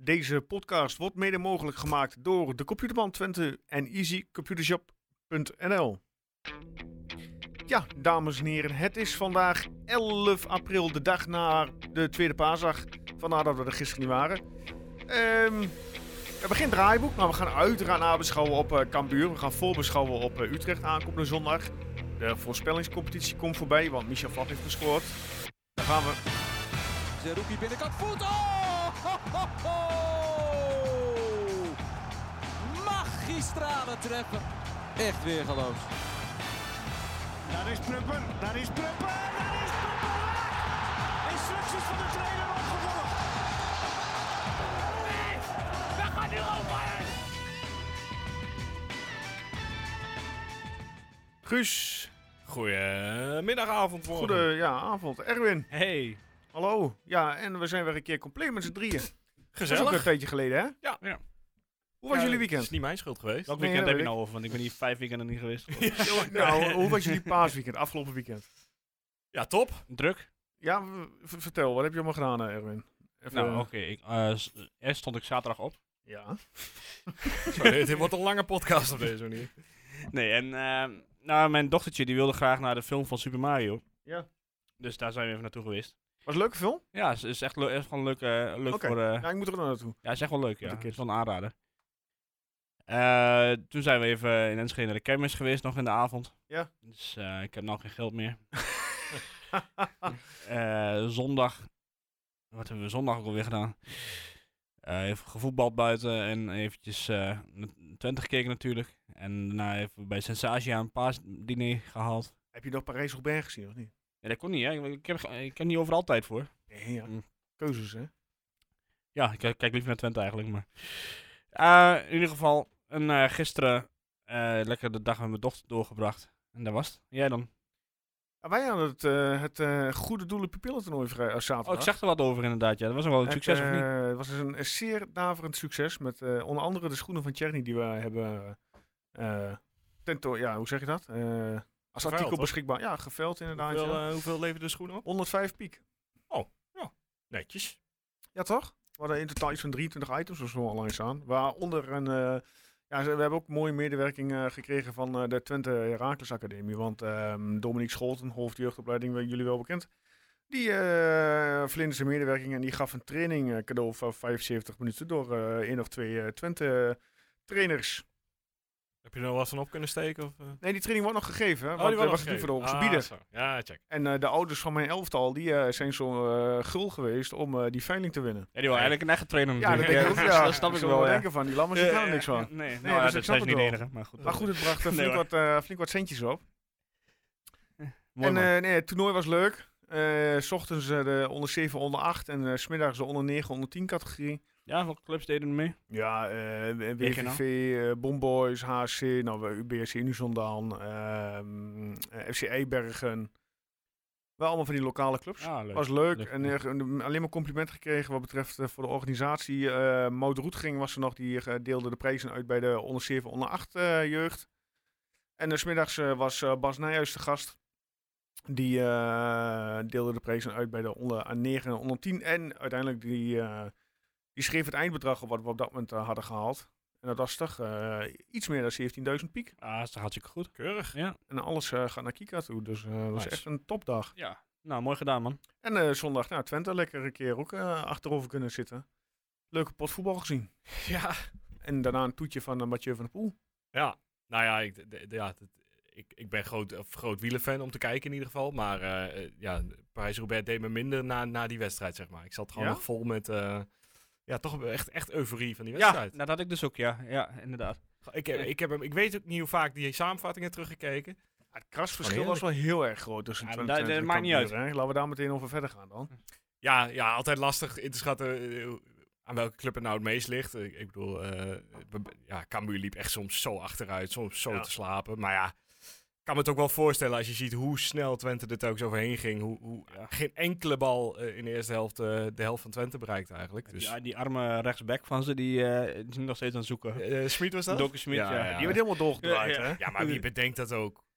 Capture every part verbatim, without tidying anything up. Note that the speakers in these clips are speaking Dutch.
Deze podcast wordt mede mogelijk gemaakt door de Computerband Twente en easy computershop punt n l. Ja, dames en heren, het is vandaag elf april, de dag na de tweede paasdag. Vandaar dat we er gisteren niet waren. Um, we hebben geen draaiboek, maar we gaan uiteraard nabeschouwen op uh, Cambuur. We gaan voorbeschouwen op uh, Utrecht aankomende zondag. De voorspellingscompetitie komt voorbij, want Michel Vat heeft gescoord. Daar gaan we. Zerouki binnenkant voet. Oh! Ho, ho, ho! Magistrale treffen. Echt weergeloos. Daar is Prupper, daar is Prupper, daar is Prupper! Instructies van de trainer opgevolgd. Nee, we gaan nu over! Guus. Goedemiddagavond. Goede ja, avond. Erwin. Hey. Hallo. Ja, en we zijn weer een keer compleet met z'n drieën. Gezellig. Dat is ook een tijdje geleden, hè? Ja. ja. Hoe was ja, jullie Het weekend? is niet mijn schuld geweest. Welk Nee, weekend dat heb je weet nou over? Want ik ben hier vijf weekenden niet geweest. Nou, hoe was jullie paasweekend, afgelopen weekend? Ja, top. Druk? Ja, v- vertel, wat heb je allemaal gedaan, hè, Erwin? Even, Nou, oké. ik, uh, s- Eerst stond ik zaterdag op. Ja. Sorry, dit wordt een lange podcast op deze manier. Nee, en uh, nou, mijn dochtertje die wilde graag naar de film van Super Mario. Ja. Dus daar zijn we even naartoe geweest. Was een leuke film? Ja, het is echt, le- echt gewoon leuk, uh, leuk Oké. voor... Uh, Ja, ik moet er ook nog naartoe. ja, het is echt wel leuk, ja. Met de Het kids. is wel een aanrader. Uh, toen zijn we even in Enschede naar de kermis geweest, nog in de avond. Ja. Dus uh, ik heb nou geen geld meer. uh, zondag... Wat hebben we zondag ook alweer gedaan? Uh, even gevoetbald buiten en eventjes uh, Twente gekeken natuurlijk. En daarna even bij Sensatia een paasdiner gehaald. Heb je nog Parijs-Roubaix gezien, of niet? Ja, dat kon niet, hè. Ik heb, ik heb niet overal tijd voor. Nee, ja. Mm. Keuzes, hè? Ja, ik kijk liever naar Twente eigenlijk, maar... Uh, in ieder geval, een, uh, gisteren uh, lekker de dag met mijn dochter doorgebracht. En dat was het. Jij dan? Ja, wij hadden het, uh, het uh, Goede Doelen Pupillentoernooi vrij, uh, zaterdag. Oh, ik zag er wat over inderdaad, ja. Dat was nog wel een Het, succes, of niet? uh, Het was dus een, een zeer daverend succes. Met uh, onder andere de schoenen van Tjerny die we hebben... Uh, tento, ja, hoe zeg je dat? Uh, als Geveild, artikel toch? beschikbaar. Ja, geveld inderdaad. Hoeveel, ja. uh, hoeveel leveren de schoenen op? honderdvijf piek. Netjes. Ja, toch? We hadden in totaal iets van drieëntwintig items of zo online staan. Waaronder een... Uh, ja, we hebben ook mooie medewerking uh, gekregen van uh, de Twente Heracles Academie. Want um, Dominique Scholten, hoofdjeugdopleiding, ben jullie wel bekend. Die uh, verleende zijn medewerking en die gaf een training uh, cadeau van vijfenzeventig minuten door uh, één of twee uh, Twente trainers. Heb je er nog wat van op kunnen steken? Of, uh? Nee, die training wordt nog gegeven. Hè, Oh, want die dat wordt was nog het voor de gegeven. hoogste bieden. Ah, zo. Ja, check. En uh, de ouders van mijn elftal, die uh, zijn zo uh, gul geweest om uh, die veiling te winnen. Ja, die wil eigenlijk een eigen trainer Ja, dat natuurlijk. denk ik ook. Ja, dat snap ik zo wel, ja. denken van, die lammers gaan er niks van. Nee, nee, Nee, nou, dus ja, ik dat snap is het niet de wel. enige. Maar goed. Maar goed, het bracht uh, Nee, flink, hoor. wat, uh, flink wat centjes op. Mooi, en man. uh, nee, het toernooi was leuk. Uh, 's ochtends uh, de onder zeven, onder acht en uh, 's middags de onder negen, onder tien categorie. Ja, welke clubs deden er mee? Ja, uh, W Weet V je nou? V, uh, Bomboys, H C, nou, U B S C Unizondaan, uh, uh, F C Eibergen. Wel allemaal van die lokale clubs. Ah, leuk. Was leuk. Leuk. En uh, alleen maar complimenten gekregen wat betreft uh, voor de organisatie. Uh, Maud Roetging was er nog, die uh, deelde de prijzen uit bij de onder zeven, onder acht uh, jeugd. En uh, 's middags uh, was uh, Bas Nijhuis de gast. Die uh, deelde de prijzen uit bij de onder negen en onder tien. En uiteindelijk die, uh, die schreef het eindbedrag op wat we op dat moment uh, hadden gehaald. En dat was toch uh, iets meer dan zeventienduizend piek. Ah, dat is toch hartstikke goed. Keurig. Ja. En alles uh, gaat naar Kika toe. Dus uh, dat was Nice. echt een topdag. Ja. Nou, mooi gedaan, man. En uh, zondag, nou, Twente lekker een keer ook uh, achterover kunnen zitten. Leuke pot voetbal gezien. Ja. En daarna een toetje van uh, Mathieu van der Poel. Ja. Nou ja, ik, de, de, ja het, ik, ik ben groot, of groot wielerfan om te kijken in ieder geval. Maar uh, ja, Parijs-Roubaix deed me minder na, na die wedstrijd, zeg maar. Ik zat gewoon Ja? nog vol met... Uh, ja, toch echt, echt euforie van die Ja, wedstrijd. dat had ik dus ook, ja. Ja, inderdaad. Ik, heb, ik, heb hem, ik weet ook niet hoe vaak die samenvattingen teruggekeken. Het krasverschil Van was wel heel erg groot tussen Ja, Twente dat- en dat Cambuur, maakt niet uit. hè. Laten we daar meteen over verder gaan dan. Ja, ja, altijd lastig in te schatten uh, aan welke club het nou het meest ligt. Ik, ik bedoel, uh, ja, Cambuur liep echt soms zo achteruit, soms zo Ja. te slapen. Maar ja, ik kan me het ook wel voorstellen als je ziet hoe snel Twente er telkens overheen ging. Hoe, hoe Ja. geen enkele bal uh, in de eerste helft uh, de helft van Twente bereikt eigenlijk. Dus, Ja, die arme rechtsback van ze, die, uh, die zijn nog steeds aan het zoeken. uh, Smit was dat? Dokke Smit, ja. Ja, Die werd helemaal doorgedraaid, Ja, ja. hè? Ja, maar wie bedenkt dat ook?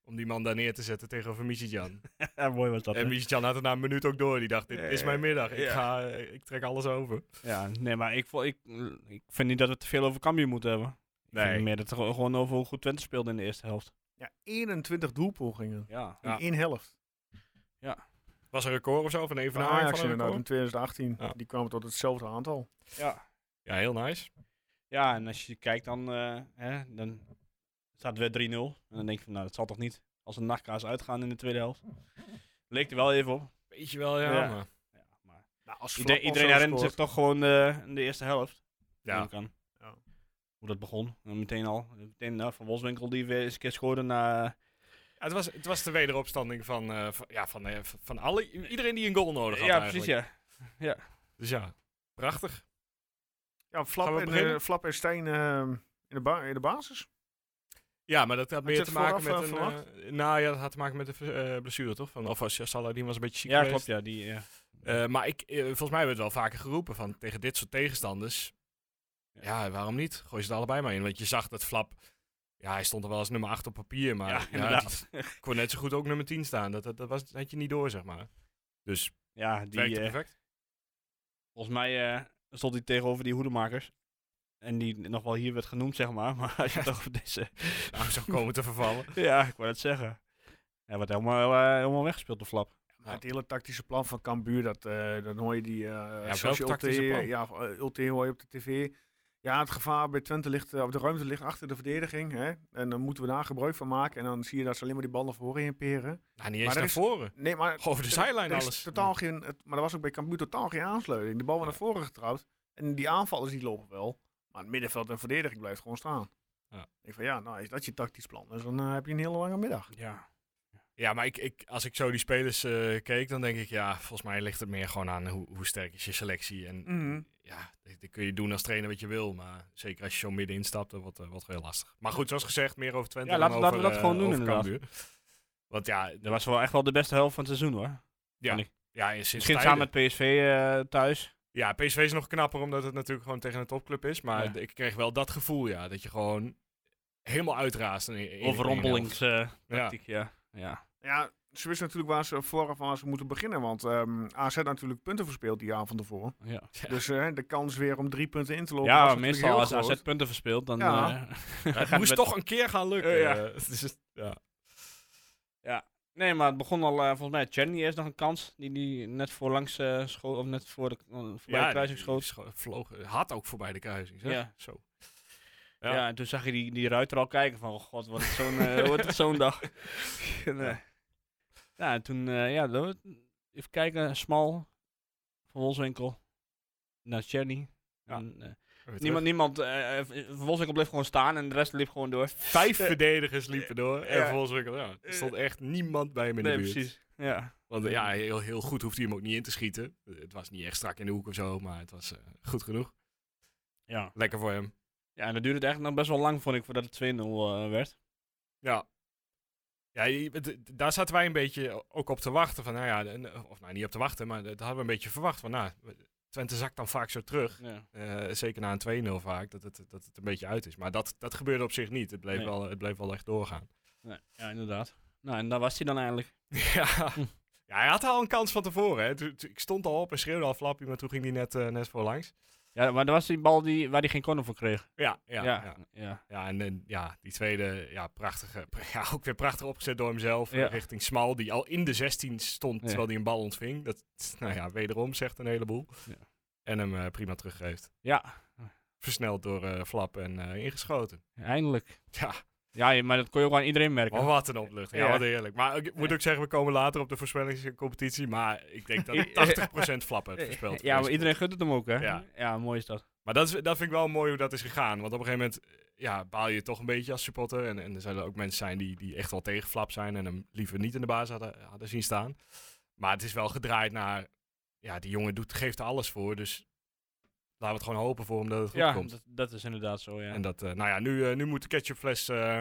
om die man daar neer te zetten tegenover Micheljan. Ja, mooi was dat. En hè? Micheljan had het na een minuut ook door. Die dacht, dit Ja, is ja, mijn middag. Ik, ja. ga, eh, ik trek alles over. Ja, nee, maar ik, vo- ik, ik vind niet dat we te veel over Cambuur moeten hebben. Ik Nee. vind meer dat het gewoon over hoe goed Twente speelde in de eerste helft. Ja, eenentwintig doelpogingen Ja. in Ja. één helft. Was een record of zo? Van een van Van de Ajax van een inderdaad in record? twintig achttien. Ja. Die kwamen tot hetzelfde aantal. Ja. Ja, heel nice. Ja, en als je kijkt dan, eh, hè, dan staat het weer drie nul. En dan denk je van, nou, dat zal toch niet als een nachtkaas uitgaan in de tweede helft. Leek er wel even op. Weet je wel, ja. Ja. Maar, Ja, maar Nou, als iedereen, Flap al iedereen zo herinnert zich scoort- toch gewoon eh, in de eerste helft. ja. neem ik aan. Ja. Hoe dat begon. En meteen al. Meteen, nou, van Wolfswinkel die weer eens een keer scoorde na... Ja, het, was, het was de wederopstanding van, eh, van, ja, van, eh, van alle, iedereen die een goal nodig had ja, eigenlijk. precies, ja. Dus ja, prachtig. Ja, Flap Gaan we en, beginnen? eh, Flap en Stijn eh, in, de ba- in de basis. Ja, maar dat had je meer het te maken vooraf, met eh, een... verwacht? eh, nou ja, dat had te maken met de eh, blessure, toch? Van, of was Saladin was een beetje ziek Ja, geweest. klopt, ja. Die, ja. Eh, maar ik, eh, volgens mij hebben we het wel vaker geroepen van tegen dit soort tegenstanders. Ja, waarom niet? Gooi ze er allebei maar in. Want je zag dat Flap, ja, hij stond er wel als nummer acht op papier. Maar Ja, ja, inderdaad. die kon net zo goed ook nummer tien staan. Dat, dat, dat, was, dat had je niet door, zeg maar. Dus Ja, het die, werkte eh, perfect. volgens mij eh, stond hij tegenover die hoedemakers. En die nog wel hier werd genoemd, zeg maar. Maar als je het over deze... Nou, zou komen te vervallen. ja, ik wou het zeggen. Hij wordt helemaal, eh, helemaal weggespeeld, de Flap. Maar het hele tactische plan van Cambuur, dat, eh dan hoor je die uh, welk tactische plan? Ja, uh, Ulte hoor je op de tv. Ja, het gevaar bij Twente ligt, uh, of de ruimte ligt achter de verdediging. Hè? En dan moeten we daar gebruik van maken. En dan zie je dat ze alleen maar die bal naar voren heen peren. Nou, niet eens Maar naar er is- voren. Nee, maar Over de er- zijlijn er is alles. Totaal geen, het, maar er was ook bij Cambuur totaal geen aansluiting. De bal werd naar voren getrouwd. En die aanvallers die lopen wel. Maar het middenveld en verdediging blijft gewoon staan. Ja. Ik denk van ja, nou is dat je tactisch plan. Dus dan uh, heb je een hele lange middag. Ja. Ja, maar ik, ik, als ik zo die spelers eh, keek, dan denk ik, ja, volgens mij ligt het meer gewoon aan hoe, hoe sterk is je selectie. En Mhm. ja, dat, dat kun je doen als trainer wat je wil. Maar zeker als je zo midden instapt, dan wordt het wordt heel lastig. Maar goed, zoals gezegd, meer over Twente Ja, dan laten- laten we over, dat gewoon eh, doen, over inderdaad. Cambuur. Want ja, Dat was wel echt wel de beste helft van het seizoen, hoor. ja, vond ik. ja sinds Misschien tijden. samen met P S V eh, thuis. Ja, P S V is nog knapper omdat het natuurlijk gewoon tegen een topclub is. Maar Ja. d- ik kreeg wel dat gevoel, ja, dat je gewoon helemaal uitraast. In, in, in één helft. Overrompelingstactiek, ja. ja. Ja, ze wisten natuurlijk waar ze vooraf waar ze moeten beginnen. Want ehm A Z natuurlijk punten verspeeld die avond ervoor. Ja, Ja. Dus eh, de kans weer om drie punten in te lopen. ja was maar natuurlijk meestal heel als groot. A Z punten verspeelt, dan... Ja. eh, Ja, gaat het moest met- toch een keer gaan lukken. Eh, ja. eh, dus het- ja. Nee, maar het begon al, eh, volgens mij, Czerny eerst nog een kans, die die net voorlangs eh schoot, of net voor de, uh, voorbij de kruising die- schoot. die scho- vloog, had ook voorbij de kruising, zeg. Ja. Zo. Ja. Ja. en toen zag je die, die ruiter al kijken van, oh god, wat is zo'n eh, wordt het zo'n dag. en, eh, ja, en toen, eh, ja, dat wordt- even kijken, Smal, Van Wolfswinkel, naar Czerny. Ja. En, eh, Weer niemand, niemand, eh, eh, Van Wolfswinkel bleef gewoon staan en de rest liep gewoon door. terug. Vijf verdedigers liepen door. En Ja. vervolgens ja, er stond echt niemand bij hem in Nee, de buurt. precies. Ja. Want eh, ja, heel, heel goed hoefde hij hem ook niet in te schieten. Het was niet echt strak in de hoek of zo, maar het was eh, goed genoeg. Ja. Lekker voor hem. ja, en dat duurde het eigenlijk nog best wel lang, vond ik, voordat het twee nul eh, werd. Ja. Ja, je- het- daar zaten wij een beetje ook op te wachten. Van, nou ja, en- of nou niet op te wachten, maar dat hadden we een beetje verwacht. Van, nou, Twente zakt dan vaak zo terug. Ja. Eh, zeker na een twee nul vaak, dat het, dat het een beetje uit is. Maar dat, dat gebeurde op zich niet. Het bleef, Nee. wel, het bleef wel echt doorgaan. Nee, ja, inderdaad. Nou, en daar was hij dan eigenlijk. ja. ja, hij had al een kans van tevoren. Hè. Toen- toen- ik stond al op en schreeuwde al flappie, maar toen ging hij net, eh, net voor langs. Ja, maar dat was die bal die, waar hij geen corner voor kreeg. Ja, ja, ja. ja. ja. ja. Ja, en, en ja, die tweede, ja, prachtige, ja, ook weer prachtig opgezet door hemzelf Ja. eh, richting Smal, die al in de zestien stond Ja. terwijl hij een bal ontving. Dat, nou ja, wederom zegt een heleboel. Ja. En hem eh, prima teruggeeft. Ja, Versneld door eh, Flap en eh, ingeschoten. eindelijk. Ja, Ja, je- maar dat kon je ook aan iedereen merken. oh, wat een opluchting. Ja, Ja. wat heerlijk. Maar ik moet ook zeggen, we komen later op de voorspellingscompetitie, maar ik denk dat tachtig procent Flap heeft voorspeld. Ja, maar iedereen gunt het hem ook, hè? Ja. Ja, mooi is dat. Maar dat, is, dat vind ik wel mooi hoe dat is gegaan. Want op een gegeven moment eh, ja, baal je toch een beetje als supporter. En, en er zullen ook mensen zijn die, die echt wel tegen Flap zijn en hem liever niet in de basis hadden, hadden zien staan. Maar het is wel gedraaid naar, ja, die jongen doet, geeft er alles voor. Dus laten we het gewoon hopen voor hem dat het goed Ja, komt. dat, dat is inderdaad zo, ja. En dat, eh, nou ja, nu, eh, nu moet de ketchupfles eh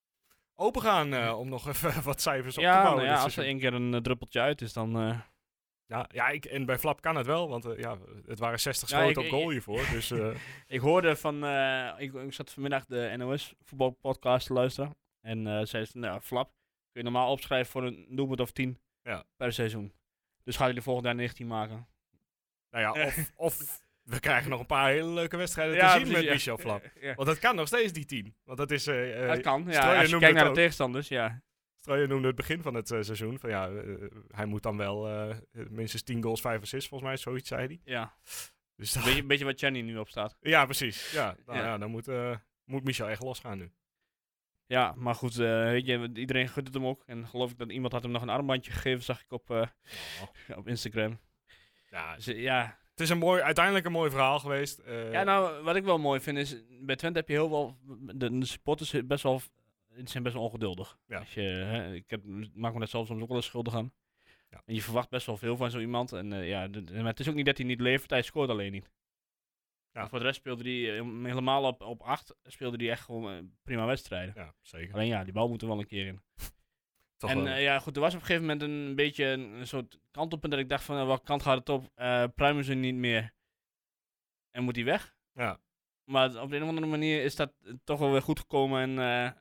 open gaan eh, om nog even wat cijfers op te ja, bouwen. nou ja, dit als er seizoen. één keer een eh, druppeltje uit is, dan... eh, Ja, ja ik, en bij Flap kan het wel, want eh, ja, het waren zestig Ja, schoten ik- op goal hiervoor. Dus eh, Ik hoorde van, eh, ik, ik zat vanmiddag de N O S voetbalpodcast te luisteren. En eh zei ze, nou, Flap, kun kun je normaal opschrijven voor een doelpunt of tien Ja. per seizoen. Dus gaat hij de volgende jaar negentien maken. Nou ja, of, of we krijgen nog een paar hele leuke wedstrijden Ja, te zien precies, met ja. Michel Flap. Ja. Want dat kan nog steeds die tien. Want dat is... eh eh, Dat kan, ja. Strooijen Als je noemde kijkt naar het de ook. tegenstanders, ja. Strooijen noemde het begin van het uh, seizoen. Van ja, uh, hij moet dan wel uh, minstens tien goals, vijf assists volgens mij. Zoiets zei hij. Ja. Dus Een dan, beetje, beetje wat Channy nu op staat. ja, precies. Ja, nou, Ja. ja. dan moet, uh, moet Michel echt losgaan nu. Ja, maar goed, uh, weet je, iedereen gunt het hem ook. En geloof ik dat iemand had hem nog een armbandje gegeven, zag ik op, uh, Oh. op Instagram. Ja, Dus, uh, ja. het is een mooi, uiteindelijk een mooi verhaal geweest. Uh, ja, nou, wat ik wel mooi vind is, bij Twente heb je heel wel, de, de supporters best wel, die zijn best wel ongeduldig. Ja. Als je, hè, ik heb, maak me net zelf soms ook wel eens schuldig aan. Ja. En je verwacht best wel veel van zo iemand. En uh, ja, de, maar het is ook niet dat hij niet levert, hij scoort alleen niet. Ja. En voor de rest speelde hij uh, helemaal op, op acht, speelde hij echt gewoon uh, prima wedstrijden. Ja, zeker. Alleen ja, die bal moet er wel een keer in. Toch en wel. uh, ja, goed, er was op een gegeven moment een beetje een, een soort kantelpunt dat ik dacht van, uh, welke kant gaat het op? Uh, pruimen ze niet meer en moet hij weg? Ja. Maar op de een of andere manier is dat uh, toch wel weer goed gekomen en uh, ja.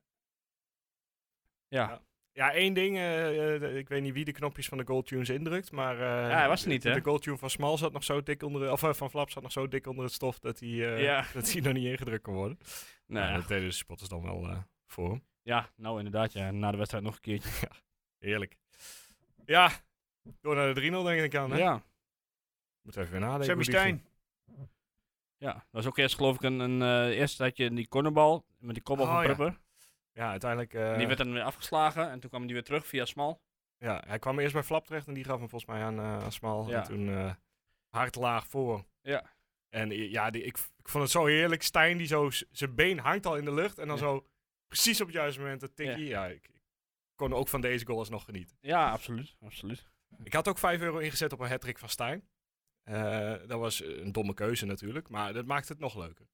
Ja. Ja, één ding. Uh, uh, ik weet niet wie de knopjes van de goaltunes indrukt, maar... Uh, Ja, hij was er niet, de, hè? De goaltune van Smal zat nog zo dik onder... Of uh, van Flap zat nog zo dik onder het stof dat hij, uh, Ja. dat hij nog niet ingedrukt kon worden. Nou, Ja, ja. dat deden de spotters dan wel uh, voor hem. ja, nou inderdaad, ja. Na de wedstrijd nog een keertje. Heerlijk. Ja, door naar de drie nul denk ik aan, hè? Ja. Moet even weer nadenken. Sammy hoe die Stein. ging. Ja, dat was ook eerst geloof ik een, een uh, eerst had je die cornerbal met die kopbal Oh, van ja. Prupper. Ja, uiteindelijk... Uh, En die werd dan weer afgeslagen en toen kwam die weer terug via Smal. Ja, hij kwam eerst bij Flap terecht en die gaf hem volgens mij aan, uh, aan Smal. Ja. En toen uh, hard laag voor. Ja. En uh, ja, die, ik, ik vond het zo heerlijk. Stijn, die zo, zijn been hangt al in de lucht. En dan Ja. zo precies op het juiste moment een tikkie. Ja, ik, ik kon ook van deze goal alsnog genieten. Ja, absoluut. absoluut. Ik had ook vijf euro ingezet op een hattrick van Stijn. Uh, dat was een domme keuze natuurlijk, maar dat maakte het nog leuker.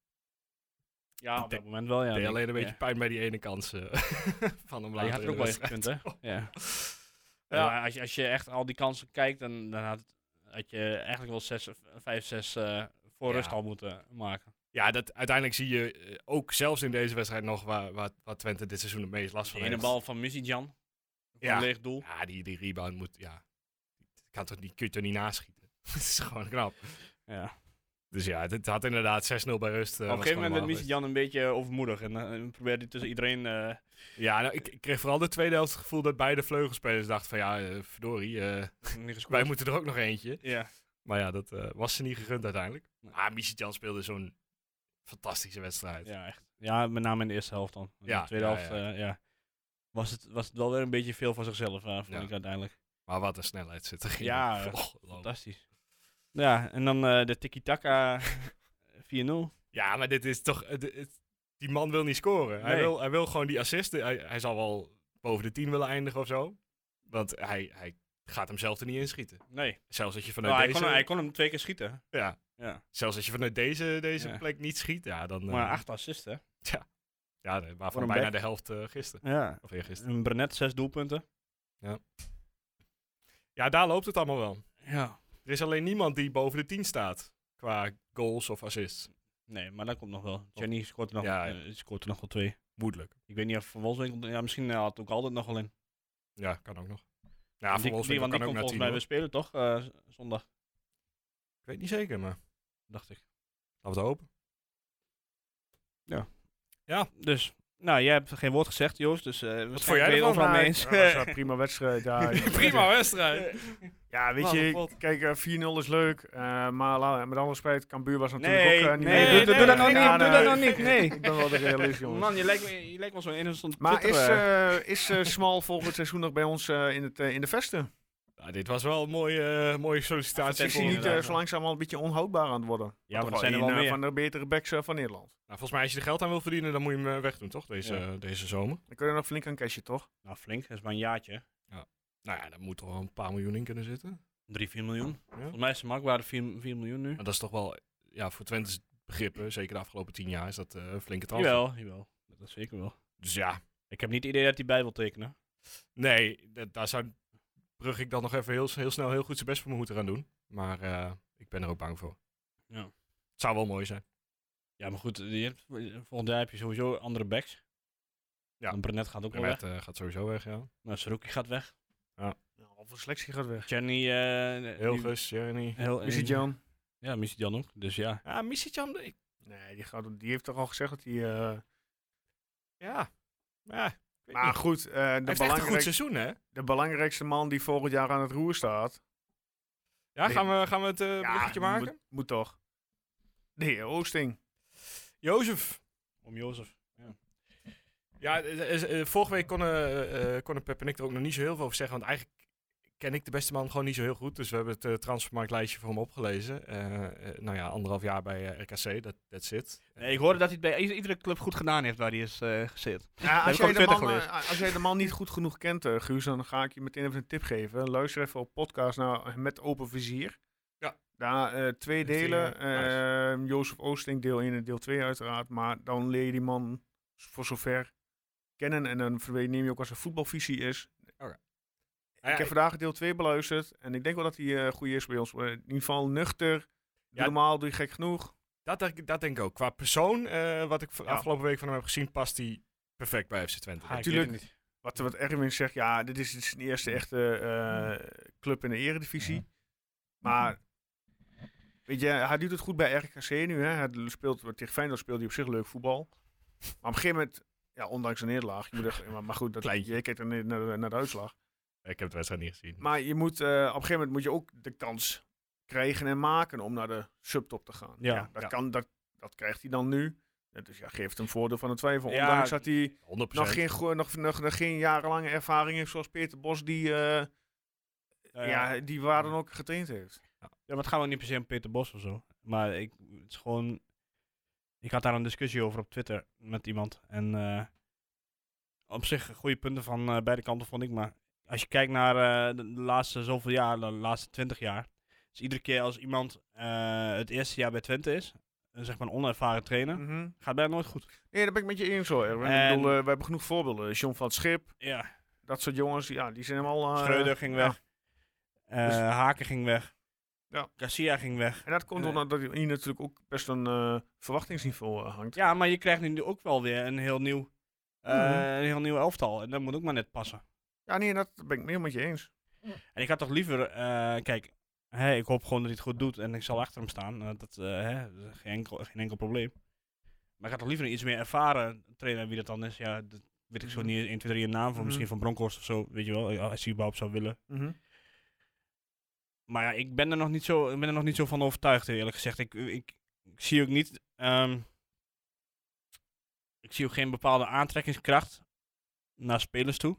Ja, op dat moment wel, ja. Ik deed denk alleen een ik. beetje pijn bij die ene kans uh, van hem Ja, je later had in er ook de wel even wedstrijd. gekund, hè? Ja. Ja. Ja, als, je, als je echt al die kansen kijkt, dan, dan had, had je eigenlijk wel zes, vijf, zes uh, voor Ja. rust al moeten maken. Ja, dat, uiteindelijk zie je uh, ook zelfs in deze wedstrijd nog waar, waar, waar Twente dit seizoen het meest last van Die ene heeft. bal van Mizidjan, Ja. een leeg doel. Ja, die, die rebound moet, ja, kan toch niet, kun je toch niet naschieten. Dat is gewoon knap. Ja. Dus ja, het had inderdaad zes nul bij rust. Uh, Op een was gegeven moment gewoon werd normaal Mizidjan een beetje overmoedig en uh, probeerde hij tussen iedereen... Uh, geweest. Ja, nou, ik, ik kreeg vooral de tweede helft het gevoel dat beide vleugelspelers dachten van ja, uh, verdorie, uh, niet gescoord. wij moeten er ook nog eentje. Ja. Maar ja, dat uh, was ze niet gegund uiteindelijk. Nee. Maar Mizidjan speelde zo'n fantastische wedstrijd. Ja, echt. Ja, met name in de eerste helft dan. In Ja, de tweede ja, helft ja. Uh, ja, was, het, was het wel weer een beetje veel voor zichzelf, uh, vond Ja. ik uiteindelijk. Maar wat een snelheid zit erin. Ja, Ongelooflijk. Fantastisch. Ja, en dan uh, de tiki-taka vier nul. Ja, maar dit is toch... uh, de- het- die man wil niet scoren. Hij, Nee. wil, hij wil gewoon die assisten. Hij, hij zal wel boven de tien willen eindigen of zo. Want hij, hij gaat hem zelf er niet inschieten. Nee. Zelfs als je vanuit Nou, hij, deze... kon, hij kon hem twee keer schieten. ja, Ja. zelfs als je vanuit deze, deze Ja. plek niet schiet, ja, dan... uh, Maar acht assists, hè? ja, de- voor waarvan een bijna back. de helft uh, gisteren. Ja. Of eergisteren. En Brenet, zes doelpunten. Ja, daar loopt het allemaal wel. Ja. Er is alleen niemand die boven de tien staat. Qua goals of assists. Nee, maar dat komt nog wel. Jenny scoort er nog, Ja, ja, ja. scoort er nog wel twee. Moedelijk. Ik weet niet of Van Wolfswinkel... Ja, misschien uh, had ook altijd nog wel in. Ja, kan ook nog. Ja, die, voor die, ons want kan die ook komt naar volgens tien. mij hoor. weer spelen, toch? Uh, z- zondag, Ik weet niet zeker, maar dacht ik. laten we het hopen. Dus, nou, jij hebt geen woord gezegd, Joost. Dus uh, vond jij ben je ervan? overal mee Ja, eens. dat was een prima wedstrijd. Ja, Prima wedstrijd. Ja, weet Wat een je, pot. kijk, uh, vier nul is leuk. uh, maar la- met alle respect, Cambuur was natuurlijk Nee, ook uh, niet nee, mee. doe- doe dat nou Ja, niet, doe dat nou niet, nee. Ik ben wel de realist, jongens. Man, je lijkt, me, je lijkt wel zo'n innocent Maar is, Twitter, uh, uh, is uh, Smal volgend seizoen nog bij ons uh, in, het, uh, in de vesten? Ja, dit was wel een mooie, uh, mooie sollicitatie. Is voor hij niet uh, inderdaad, zo langzaam al een beetje onhoudbaar aan het worden? Ja, maar Toch er zijn er wel een, uh, meer. van de betere backs uh, van Nederland. Nou, volgens mij als je er geld aan wil verdienen, dan moet je hem uh, wegdoen, toch? Deze, Ja. uh, deze zomer. Dan kun je nog flink aan cashen, toch? Nou, flink. Dat is maar een jaartje. Nou ja, daar moet toch wel een paar miljoen in kunnen zitten. Drie, vier miljoen. Ja. Volgens mij is de marktwaarde vier, vier miljoen nu. Maar dat is toch wel, ja, voor Twente's begrippen, zeker de afgelopen tien jaar, is dat uh, een flinke transfer. Jawel, jawel. Dat is zeker wel. Dus ja, Ik heb niet het idee dat hij bij wil tekenen. nee, dat, daar zou Brugge ik dan nog even heel, heel snel heel goed zijn best voor me moeten gaan doen. Maar uh, ik ben er ook bang voor. Ja. Het zou wel mooi zijn. Ja, maar goed, je hebt, volgend jaar heb je sowieso andere backs. Ja. En Brenet gaat ook wel Brenet weg. uh, gaat sowieso weg, ja. Nou, Saruki gaat weg. Ja, al van selectie gaat weg. Jenny... Uh, Hilgers, Jeremy. Missie-Jan. Ja, Missie-Jan ook. Dus ja. Ja, Missie-Jan... Ik... Nee, die, gaat, die heeft toch al gezegd dat hij... Uh... Ja. Ja. Maar niet. goed, uh, de, hij heeft echt een goed seizoen, hè? De belangrijkste man die volgend jaar aan het roer staat. Ja, gaan we, gaan we het uh, ja, bruggetje maken? Moet, moet toch. De heer Oosting. Jozef. Om Jozef. Ja, ja uh, uh, vorige week konden, uh, konden Pep en ik er ook nog niet zo heel veel over zeggen. Want eigenlijk ken ik de beste man gewoon niet zo heel goed. Dus we hebben het uh, transfermarktlijstje voor hem opgelezen. Uh, uh, nou ja, anderhalf jaar bij uh, R K C, dat that's it. Nee, ik hoorde dat hij het bij iedere club goed gedaan heeft waar hij is uh, gezet. Ja, als, jij de man, uh, als jij de man niet goed genoeg kent, uh, Guus, dan ga ik je meteen even een tip geven. Luister even op podcast naar Met Open Vizier. Ja. Daar uh, twee delen. Uh, nice. Jozef Oosting, deel één en deel twee uiteraard. Maar dan leer je die man voor zover kennen. En dan neem je ook wat zijn voetbalvisie is. Okay. Ik ja, heb ik... vandaag deel twee beluisterd. En ik denk wel dat hij uh, goed is bij ons. In ieder geval nuchter. Ja, normaal doe je gek genoeg. Dat, dat, dat denk ik ook. Qua persoon, uh, wat ik ja. afgelopen week van hem heb gezien, past hij perfect bij F C Twente. Ja, natuurlijk. Wat, wat Erwin zegt, ja, dit is, dit is de eerste echte uh, club in de eredivisie. Ja. Maar, weet je, hij doet het goed bij R K C nu. Hè. Hij speelt, tegen Feyenoord speelt hij op zich leuk voetbal. Maar op een gegeven moment, ja, ondanks een nederlaag. Je moet er, maar, maar goed, dat, je kijkt er naar, naar, naar de uitslag. Ik heb de wedstrijd niet gezien. Maar je moet, uh, op een gegeven moment moet je ook de kans krijgen en maken om naar de subtop te gaan. Ja, ja, dat, ja. Kan, dat, dat krijgt hij dan nu. Dus ja, geeft hem voordeel van de twijfel. Ja, ondanks dat hij honderd nog geen, nog, nog, nog geen jarenlange ervaring heeft zoals Peter Bos, die, uh, ja, ja. Ja, die waar dan ook getraind heeft. Ja, maar het gaat ook niet per se om Peter Bos of zo. Maar ik, het is gewoon... Ik had daar een discussie over op Twitter met iemand. En uh, op zich goede punten van uh, beide kanten vond ik, maar als je kijkt naar uh, de, de laatste zoveel jaar, de laatste twintig jaar. Dus iedere keer als iemand uh, het eerste jaar bij Twente is, uh, zeg maar een onervaren trainer, mm-hmm. gaat bijna nooit goed. Nee, daar ben ik met je eens hoor. En... Ik bedoel, uh, we hebben genoeg voorbeelden. John van het Schip, ja. Dat soort jongens, ja, die zijn helemaal... Uh, Schreuder ging ja. weg. Uh, dus... Haken ging weg. Ja. Garcia ging weg. En dat komt uh, omdat hier natuurlijk ook best een uh, verwachtingsniveau uh, hangt. Ja, maar je krijgt nu ook wel weer een heel nieuw, uh, mm-hmm. een heel nieuw elftal. En dat moet ook maar net passen. Ja, nee, dat ben ik meer met je eens. En ik had toch liever, uh, kijk, hey, ik hoop gewoon dat hij het goed doet en ik zal achter hem staan. Uh, dat uh, hè, geen, enkel, geen enkel probleem. Maar ik had toch liever een iets meer ervaren trainer, wie dat dan is. Ja, dat weet ik zo niet, één, twee, drie een naam van, mm-hmm. misschien van Bronkhorst of zo, weet je wel, als hij überhaupt zou willen. Mm-hmm. Maar ja, ik ben er nog niet zo, ik ben er nog niet zo van overtuigd, eerlijk gezegd. Ik, ik, ik zie ook niet, um, ik zie ook geen bepaalde aantrekkingskracht naar spelers toe.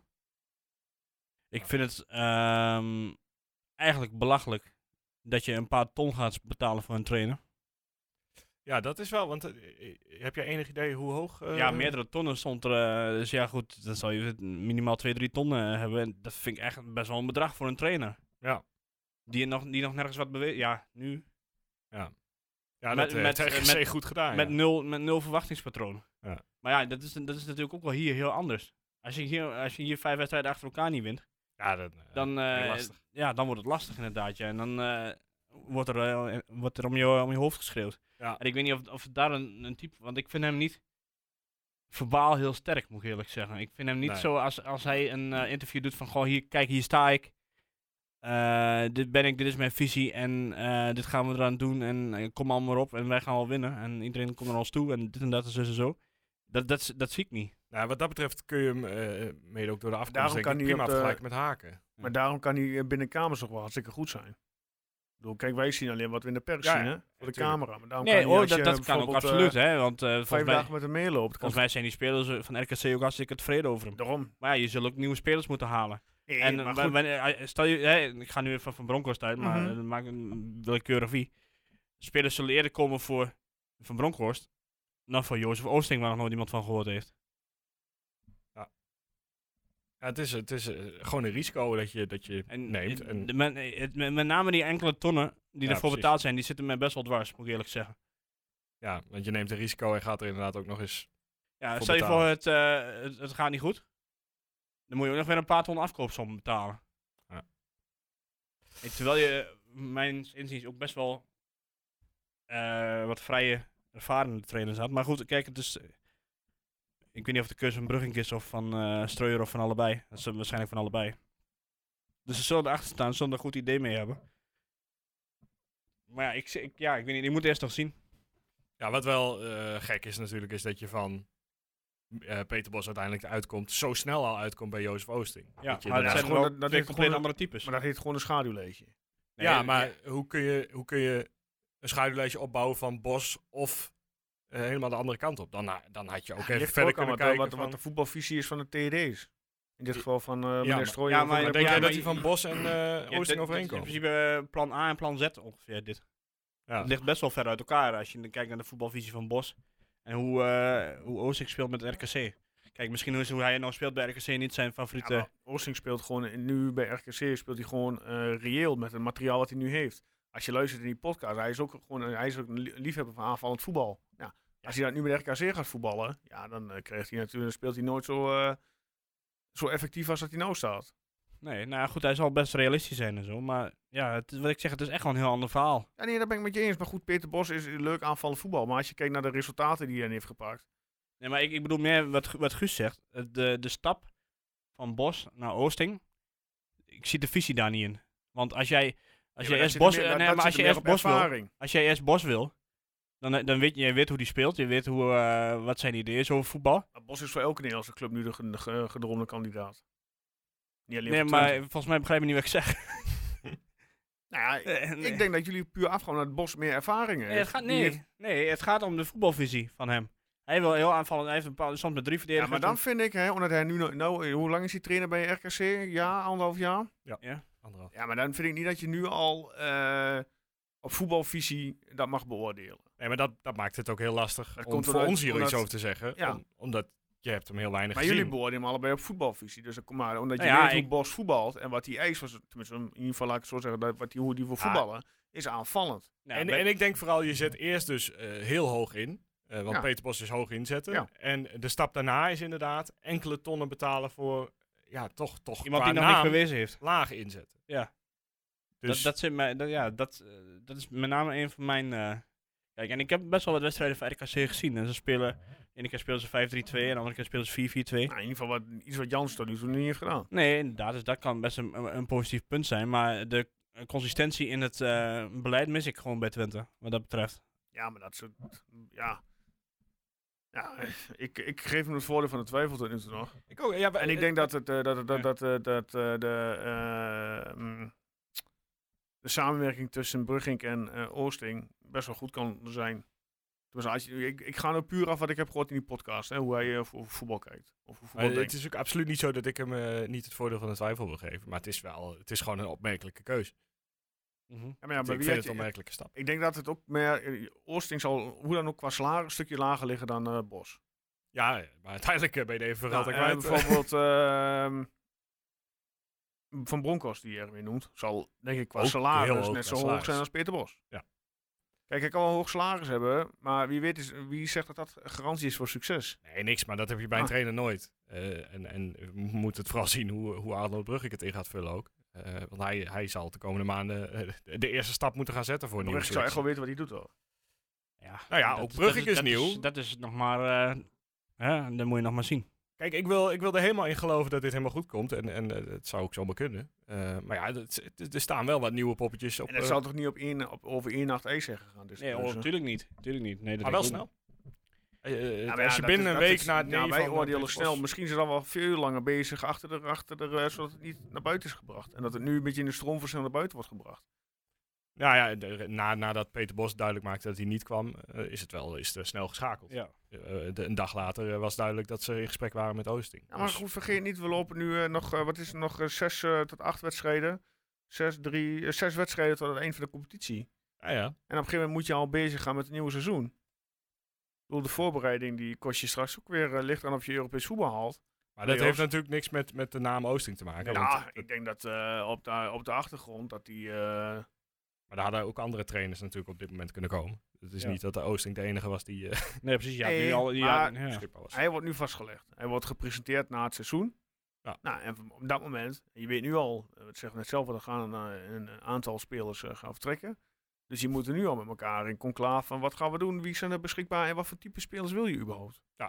Ik vind het um, eigenlijk belachelijk dat je een paar ton gaat betalen voor een trainer. Ja, dat is wel, want uh, heb jij enig idee hoe hoog? Uh, ja, meerdere tonnen stond er. Uh, dus ja, goed, dan zal je minimaal twee, drie ton uh, hebben. En dat vind ik echt best wel een bedrag voor een trainer. Ja. Die nog, die nog nergens wat beweegt. Ja, nu. Ja, ja dat heeft R K C goed gedaan. Met, ja. nul, met nul verwachtingspatroon. Ja. Maar ja, dat is, dat is natuurlijk ook wel hier heel anders. Als je hier, als je hier vijf wedstrijden achter elkaar niet wint. Ja, dat, uh, dan, uh, ja, dan wordt het lastig inderdaad. Ja. En dan uh, wordt, er, uh, wordt er om je, om je hoofd geschreeuwd. Ja. En ik weet niet of, of daar een, een type... Want ik vind hem niet verbaal heel sterk, moet ik eerlijk zeggen. Ik vind hem niet nee. zo als, als hij een uh, interview doet van... Goh, hier, kijk, hier sta ik. Uh, dit ben ik, dit is mijn visie. En uh, dit gaan we eraan doen. En uh, kom allemaal op. En wij gaan wel winnen. En iedereen komt naar ons toe. En dit en dat en zo en zo. Dat, dat, dat zie ik niet. Nou, wat dat betreft kun je hem uh, mede ook door de afkomst denk ik, prima vergelijken met Haken. Maar ja. daarom kan hij binnen kamers nog wel hartstikke goed zijn. Ik bedoel, kijk, wij zien alleen wat we in de pers ja, zien, hè? Voor de tuurlijk. Camera. Maar daarom nee, kan hij, oh, dat, dat kan ook absoluut, uh, hè? Want uh, vijf mij, dagen met hem meeloopt. Volgens mij zijn die spelers van R K C ook hartstikke tevreden over hem. Daarom. Maar ja, je zult ook nieuwe spelers moeten halen. Nee, en maar w- w- stel je, hè, ik ga nu even van Bronkhorst uit, maar mm-hmm. uh, maak een willekeurig wie. Spelers zullen eerder komen voor Van Bronkhorst dan voor Jozef Oosting, waar nog nooit iemand van gehoord heeft. Ja. Ja, het is, het is uh, gewoon een risico dat je, dat je en, neemt. Het, en de, met, het, met name die enkele tonnen die ja, ervoor precies. betaald zijn, die zitten mij best wel dwars, moet ik eerlijk zeggen. Ja, want je neemt een risico en gaat er inderdaad ook nog eens Ja, voor stel je betalen. voor, het, uh, het, het gaat niet goed. Dan moet je ook nog weer een paar ton afkoopsom betalen. Ja. En terwijl je, mijn inziens, ook best wel uh, wat vrije, ervarende trainers had. Maar goed, kijk, het is... Ik weet niet of de keuze van Brugink is of van uh, Streuer of van allebei. Dat is waarschijnlijk van allebei. Dus ze zullen erachter staan, ze zullen er een goed idee mee hebben. Maar ja, ik, ik, ja, ik weet niet, ik moet eerst nog zien. Ja, wat wel uh, gek is natuurlijk, is dat je van uh, Peter Bos uiteindelijk uitkomt, zo snel al uitkomt bij Jozef Oosting. Ja, dat je maar dat inderdaad- zijn gewoon- wel dat- dat twee heeft compleet gewoon- andere types. Maar dat heet gewoon een schaduwleesje. Nee, ja, ja, maar hoe kun je, hoe kun je een schaduwlijstje opbouwen van Bos of uh, helemaal de andere kant op? Dan, ha- dan had je ook Ja, even ligt verder ook aan kunnen wat, kijken. wat, van- wat de voetbalvisie is van de T D's. In dit geval van uh, maar- meneer Strooijer. ja, of maar- van maar de- denk ja, jij maar dat hij je- van Bos en uh, Ja, Oosting dit- dit is overeenkomt? in principe uh, plan A en plan Z ongeveer dit. Ja. Het ligt best wel ver uit elkaar als je dan kijkt naar de voetbalvisie van Bos. En hoe, uh, hoe Oosting speelt met R K C. Kijk, misschien is hoe hij nou speelt bij R K C niet zijn favoriete... Ja, maar Oosting speelt gewoon, in- nu bij R K C speelt hij gewoon uh, reëel met het materiaal wat hij nu heeft. Als je luistert in die podcast, hij is ook gewoon hij is ook een lie- liefhebber van aanvallend voetbal. Ja, als hij dat nu bij R K C gaat voetballen, ja, dan uh, krijgt hij natuurlijk, speelt hij nooit zo, uh, zo effectief als dat hij nou staat. Nee, nou ja, goed, hij zal best realistisch zijn en zo. Maar ja, het, wat ik zeg, het is echt wel een heel ander verhaal. Ja, nee, daar ben ik met je eens. Maar goed, Peter Bos is een leuk aanvallend voetbal. Maar als je kijkt naar de resultaten die hij heeft gepakt. Nee, maar ik, ik bedoel meer wat, Gu- wat Guus zegt. De, de stap van Bos naar Oosting, ik zie de visie daar niet in. Want als jij, als jij eerst Bos, nee, maar als je eerst Bos wil, als jij eerst Bos wil, dan, dan weet je, je weet hoe die speelt, je weet hoe, uh, wat zijn ideeën is over voetbal. Bos is voor elke Nederlandse club nu de ge- ge- gedroomde kandidaat. Niet alleen Nee, voor maar Twente. volgens mij begrijp je niet wat ik zeg. Nou ja, Eh, nee. ik denk dat jullie puur afgaan naar het Bos meer ervaringen Nee, het gaat, Die nee, heeft- nee, het gaat om de voetbalvisie van hem. Hij wil heel aanvallen, hij heeft een bepaalde, soms met drie ja, verdedigers. maar dan vind ik, hè, omdat hij nu, nou, nou, hoe lang is hij trainer bij R K C? Ja, anderhalf jaar? Ja. Anderhalf. Ja, maar dan vind ik niet dat je nu al uh, op voetbalvisie dat mag beoordelen. Nee, maar dat, dat maakt het ook heel lastig Dat om komt voor omdat- ons hier omdat- iets over te zeggen. Ja. Om- omdat je hebt hem heel weinig Maar gezien. jullie beoordelen hem allebei op voetbalvisie. Dus dan kom maar, omdat je Nou ja, weet hoe ik- Bos voetbalt en wat hij eist, was, tenminste in ieder geval laat ik het zo zeggen, dat, wat die, hoe die wil voetballen, is aanvallend. Nou, en, bij- en ik denk vooral, je zet eerst dus uh, heel hoog in. Uh, want Ja. Peter Bos is hoog inzetten. Ja. En de stap daarna is inderdaad enkele tonnen betalen voor, ja, toch, toch iemand qua die nog niks naam bewezen heeft. laag inzetten. Ja. Dus Dat, dat, zit mij, dat, ja, dat, uh, dat is met name een van mijn... Uh, kijk, en ik heb best wel wat wedstrijden van R K C gezien. En ze spelen... De ene keer spelen ze vijf drie twee en de andere keer spelen ze vier vier twee. Nou, in ieder geval wat, iets wat Jans tot nu toe niet heeft gedaan. Nee, inderdaad. Dus dat kan best een, een, een positief punt zijn. Maar de uh, consistentie in het uh, beleid mis ik gewoon bij Twente. Wat dat betreft. Ja, maar dat soort... Ja... Ja, ik, ik geef hem het voordeel van de twijfel tot nu toe nog. ik ook, ja, En ik denk dat, het, uh, dat, het, dat, dat, uh, dat uh, de, uh, mm, de samenwerking tussen Brugink en uh, Oosting best wel goed kan zijn. Dus als je, ik, ik ga nou puur af wat ik heb gehoord in die podcast, hè, hoe hij uh, over voetbal kijkt. Of hoe voetbal Maar denkt. het is ook absoluut niet zo dat ik hem uh, niet het voordeel van de twijfel wil geven. Maar het is wel, het is gewoon een opmerkelijke keuze. Mm-hmm. Ja, maar ja, ik bij wie vind had het je- een opmerkelijke stap. Ik denk dat het ook meer... uh, Oosting zal hoe dan ook qua salaris een stukje lager liggen dan uh, Bos. Ja, maar uiteindelijk uh, ben je even verhaald Nou, en uh, kwijt. bijvoorbeeld uh, Van Bronckhorst, die je er weer noemt, zal denk ik qua Ook salaris heel hoog net qua zo hoog salaris. zijn als Peter Bos. Ja. Kijk, hij kan wel een hoog salaris hebben, maar wie weet is, wie zegt dat dat garantie is voor succes? Nee, niks, maar dat heb je bij een Ah. trainer nooit. Uh, en, en we moeten het vooral zien hoe, hoe Arnold Brugge het in gaat vullen ook. Uh, want hij, hij zal de komende maanden uh, de, de eerste stap moeten gaan zetten voor een nieuwe Brugge zou echt selectie. wel weten wat hij doet, hoor. Ja, Nou ja, dat- ook dat Brugink is dat nieuw. Dat is nog maar... Uh, hè, dat moet je nog maar zien. Kijk, ik wil, ik wil er helemaal in geloven dat dit helemaal goed komt. En, en uh, het zou ook zomaar kunnen. Uh, maar ja, het, het, er staan wel wat nieuwe poppetjes op. En dat uh, zal toch niet op één, op, over één nacht ijs zeggen gaan? Dus, Nee, dus, oh, uh, natuurlijk niet. Natuurlijk niet. Nee, dat maar denk wel ik ook snel. Uh, ja, als maar ja, je dat binnen is- een dat week is- na het ja, nee wij van oordelen Peter snel. Bos- Misschien is er dan wel veel langer bezig achter de, achter de, uh, zodat het niet naar buiten is gebracht. En dat het nu een beetje in de stroomversnelling naar buiten wordt gebracht. Nou ja, de, na, nadat Peter Bos duidelijk maakte dat hij niet kwam, uh, is het wel is het snel geschakeld. Ja. Uh, de, een dag later uh, was duidelijk dat ze in gesprek waren met Oosting. Ja, maar Dus- goed, vergeet niet, we lopen nu uh, nog, uh, wat is het, nog uh, zes uh, tot acht wedstrijden. Zes, drie, uh, zes wedstrijden tot het eind van de competitie. ja, ja. En op een gegeven moment moet je al bezig gaan met het nieuwe seizoen. Ik bedoel, de voorbereiding die kost je straks ook weer, uh, ligt aan of je Europees voetbal haalt. Maar dat Nee, heeft Oost- natuurlijk niks met, met de naam Oosting te maken. Ja, want, ik denk dat uh, op, de, op de achtergrond dat die... Uh, maar daar hadden ook andere trainers natuurlijk op dit moment kunnen komen. Het is Ja. niet dat de Oosting de enige was die uh, Nee, precies. Ja, Nee, nu al, ja, maar- ja. beschikbaar was. hij wordt nu vastgelegd. Hij wordt gepresenteerd na het seizoen. Ja. Nou, en op dat moment, je weet nu al, we zeggen net zelf, er gaan uh, een aantal spelers uh, gaan vertrekken. Dus je moet er nu al met elkaar in conclave van wat gaan we doen, wie zijn er beschikbaar en wat voor type spelers wil je überhaupt?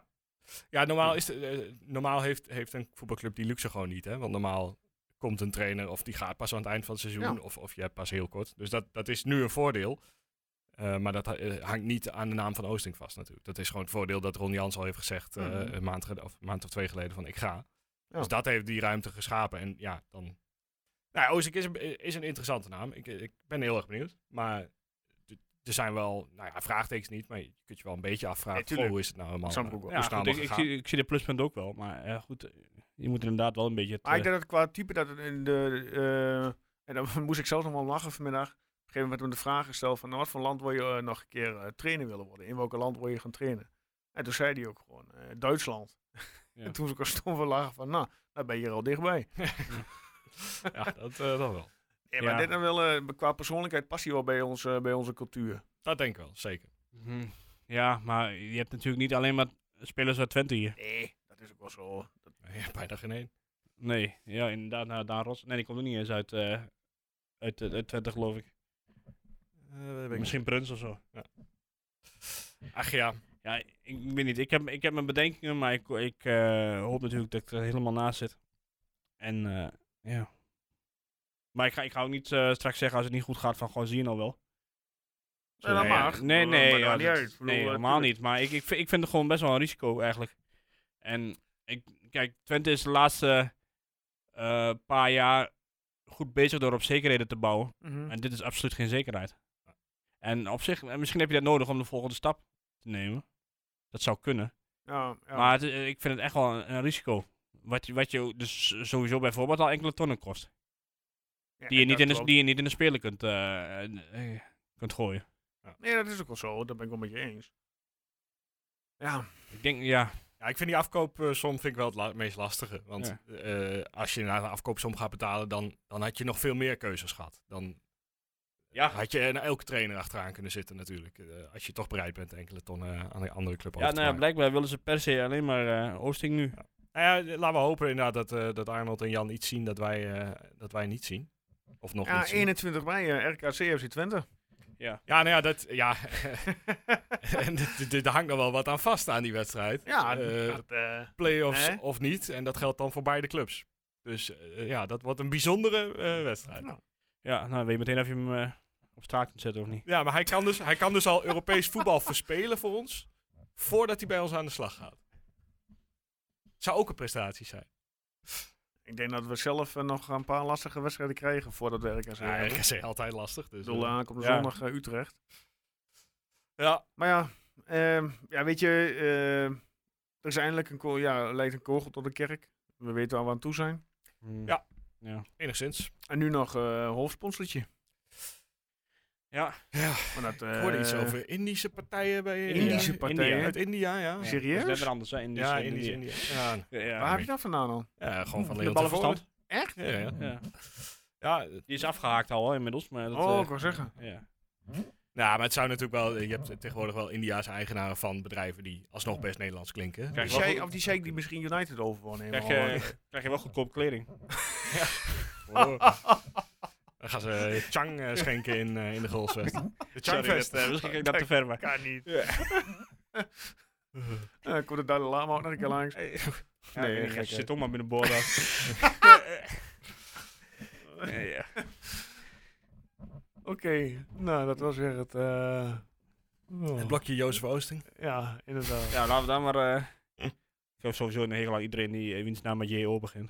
Ja, normaal, is de, uh, normaal heeft, heeft een voetbalclub die luxe gewoon niet. Hè? Want normaal komt een trainer of die gaat pas aan het eind van het seizoen. Ja. Of, of je hebt pas heel kort. Dus dat, dat is nu een voordeel. Uh, maar dat uh, hangt niet aan de naam van Oosting vast natuurlijk. Dat is gewoon het voordeel dat Ron Jans al heeft gezegd uh, mm-hmm. een, maand, of, een maand of twee geleden van ik ga. Ja. Dus dat heeft die ruimte geschapen. En ja, dan... Nou, Oosting is een, is een interessante naam. Ik, ik ben heel erg benieuwd. Maar er zijn wel, nou ja, vraagtekens niet. Maar je kunt je wel een beetje afvragen. Ja, hoe is het nou helemaal? Snap ik ook wel. Ja, hoe is het goed, nou ik, ik, allemaal zie, ik zie de pluspunt ook wel. Maar uh, goed, je moet inderdaad wel een beetje... Het, Maar ik uh, denk dat qua type dat het in de... Uh, en dan moest ik zelfs nog wel lachen vanmiddag. Op een gegeven moment werd me de vraag gesteld van... wat voor land wil je uh, nog een keer uh, trainer willen worden? In welk land wil je gaan trainen? En toen zei hij ook gewoon, uh, Duitsland. Ja. En toen was ik al stom van lachen van... nou, daar ben je er al dichtbij. ja, dat, uh, dat wel. Ja, maar Ja. dit dan wel, uh, qua persoonlijkheid past hij wel bij, ons, uh, bij onze cultuur. Dat denk ik wel, zeker. hm, ja, maar je hebt natuurlijk niet alleen maar spelers uit Twente hier. Nee, dat is ook wel zo. Dat, Ja, bijna geen één. Nee, ja, inderdaad, nou, Daan Ros. Nee, die komt er niet eens uit, uh, uit, uh, uit Twente, geloof ik. Uh, Misschien Bruns of zo. Ach ja. Ja, ik weet niet. Ik heb, ik heb mijn bedenkingen, maar ik, ik uh, hoop natuurlijk dat ik er helemaal naast zit. En uh, ja. Maar ik ga, ik ga ook niet uh, straks zeggen als het niet goed gaat van gewoon zie je nou wel. nee, dat nee, mag. Nee, nee, Dat ja, maakt niet dat- uit. Ik bedoel, nee uh, helemaal tuurlijk. niet. Maar ik, ik, vind, ik vind het gewoon best wel een risico eigenlijk. En ik, kijk, Twente is de laatste uh, paar jaar goed bezig door op zekerheden te bouwen. Mhm. En dit is absoluut geen zekerheid. En op zich, en misschien heb je dat nodig om de volgende stap te nemen. Dat zou kunnen. Ja, ja. Maar het, is- ik vind het echt wel een, een risico. Wat je, wat je dus sowieso bijvoorbeeld al enkele tonnen kost. Ja, Die je, en niet dat in de, klopt. die je niet in de speler kunt, uh, uh, kunt gooien. Nee, dat is ook wel zo. Dat ben ik wel met je eens. Ja, Ik denk, ja. Ja, ik vind die afkoopsom vind ik wel het la- meest lastige. Want eh, als je naar de afkoopsom gaat betalen, dan, dan had je nog veel meer keuzes gehad. Dan Ja. had je naar elke trainer achteraan kunnen zitten natuurlijk. Eh, als je toch bereid bent enkele tonnen aan een andere club Ja, over te nou ja, maken. blijkbaar willen ze per se alleen maar uh, Oosting nu. Ja. Nou ja, laten we hopen inderdaad dat, uh, dat Arnold en Jan iets zien dat wij, uh, dat wij niet zien. Of nog ja niet zien. eenentwintig mei, uh, R K C F C Twente. Ja. Ja, nou ja, dat, ja. en d- d- er hangt nog wel wat aan vast aan die wedstrijd. Ja, Eh, dat, uh, Play-offs hè? of niet. En dat geldt dan voor beide clubs. Dus uh, ja, dat wordt een bijzondere uh, wedstrijd. nou, Ja, nou weet je meteen of je hem uh, op straat kunt zetten of niet. Ja, maar hij kan, dus, hij kan dus al Europees voetbal verspelen voor ons. Voordat hij bij ons aan de slag gaat. Zou ook een prestatie zijn. ik denk dat we zelf uh, nog een paar lastige wedstrijden krijgen voordat we R K C Ja, hebben. R K C altijd lastig. Dus, Ik bedoel, uh, aankomende ja. zondag uh, Utrecht. ja, Maar ja, ehm, ja weet je, uh, er is eindelijk een, ko- ja, leidt een kogel tot de kerk. We weten waar we aan toe zijn. Hmm. Ja. Ja. enigszins. En nu nog uh, hoofdsponsortje. Ja. Ja, Maar dat, uh, ik hoorde iets over Indische partijen bij Indische ja, partijen? India. Uit India, ja. Ja, Serieus? Dat is net weer anders, hè? Indisch, Ja, en Indisch India. India. Ja, Ja, ja. waar heb je dat vandaan dan? ja, gewoon van de Leon ballenverstand. Echt? Ja, ja. Ja. ja, Die is afgehaakt al hè, inmiddels. Maar dat, Oh, uh, ik wou zeggen. Ja. nou, maar het zou natuurlijk wel... Je hebt tegenwoordig wel Indiaanse eigenaren van bedrijven die alsnog best Nederlands klinken. Krijg Die je wel zei, goed- of die zei ik die misschien United over wil nemen. Krijg al, uh, je, krijg je wel goedkoop kleding. Oh. Dan gaan ze Chang uh, schenken in, uh, in de Goalswest. De Changfest. Sorry, dat, uh, misschien ging ik dat te ver, maar... Kan niet. Ja. Uh, ik kon de Dalai Lama ook nog een keer langs. Ja, Nee, nee, gek, je hè. zit toch maar binnenboord af. ja, ja. Oké, okay. Nou dat was weer het... Uh... Oh. Het blokje Jozef Oosting. Ja, inderdaad. ja, laten we dan maar... Uh... Ik heb sowieso een hekel aan iedereen die uh, wiens naam met J O begint.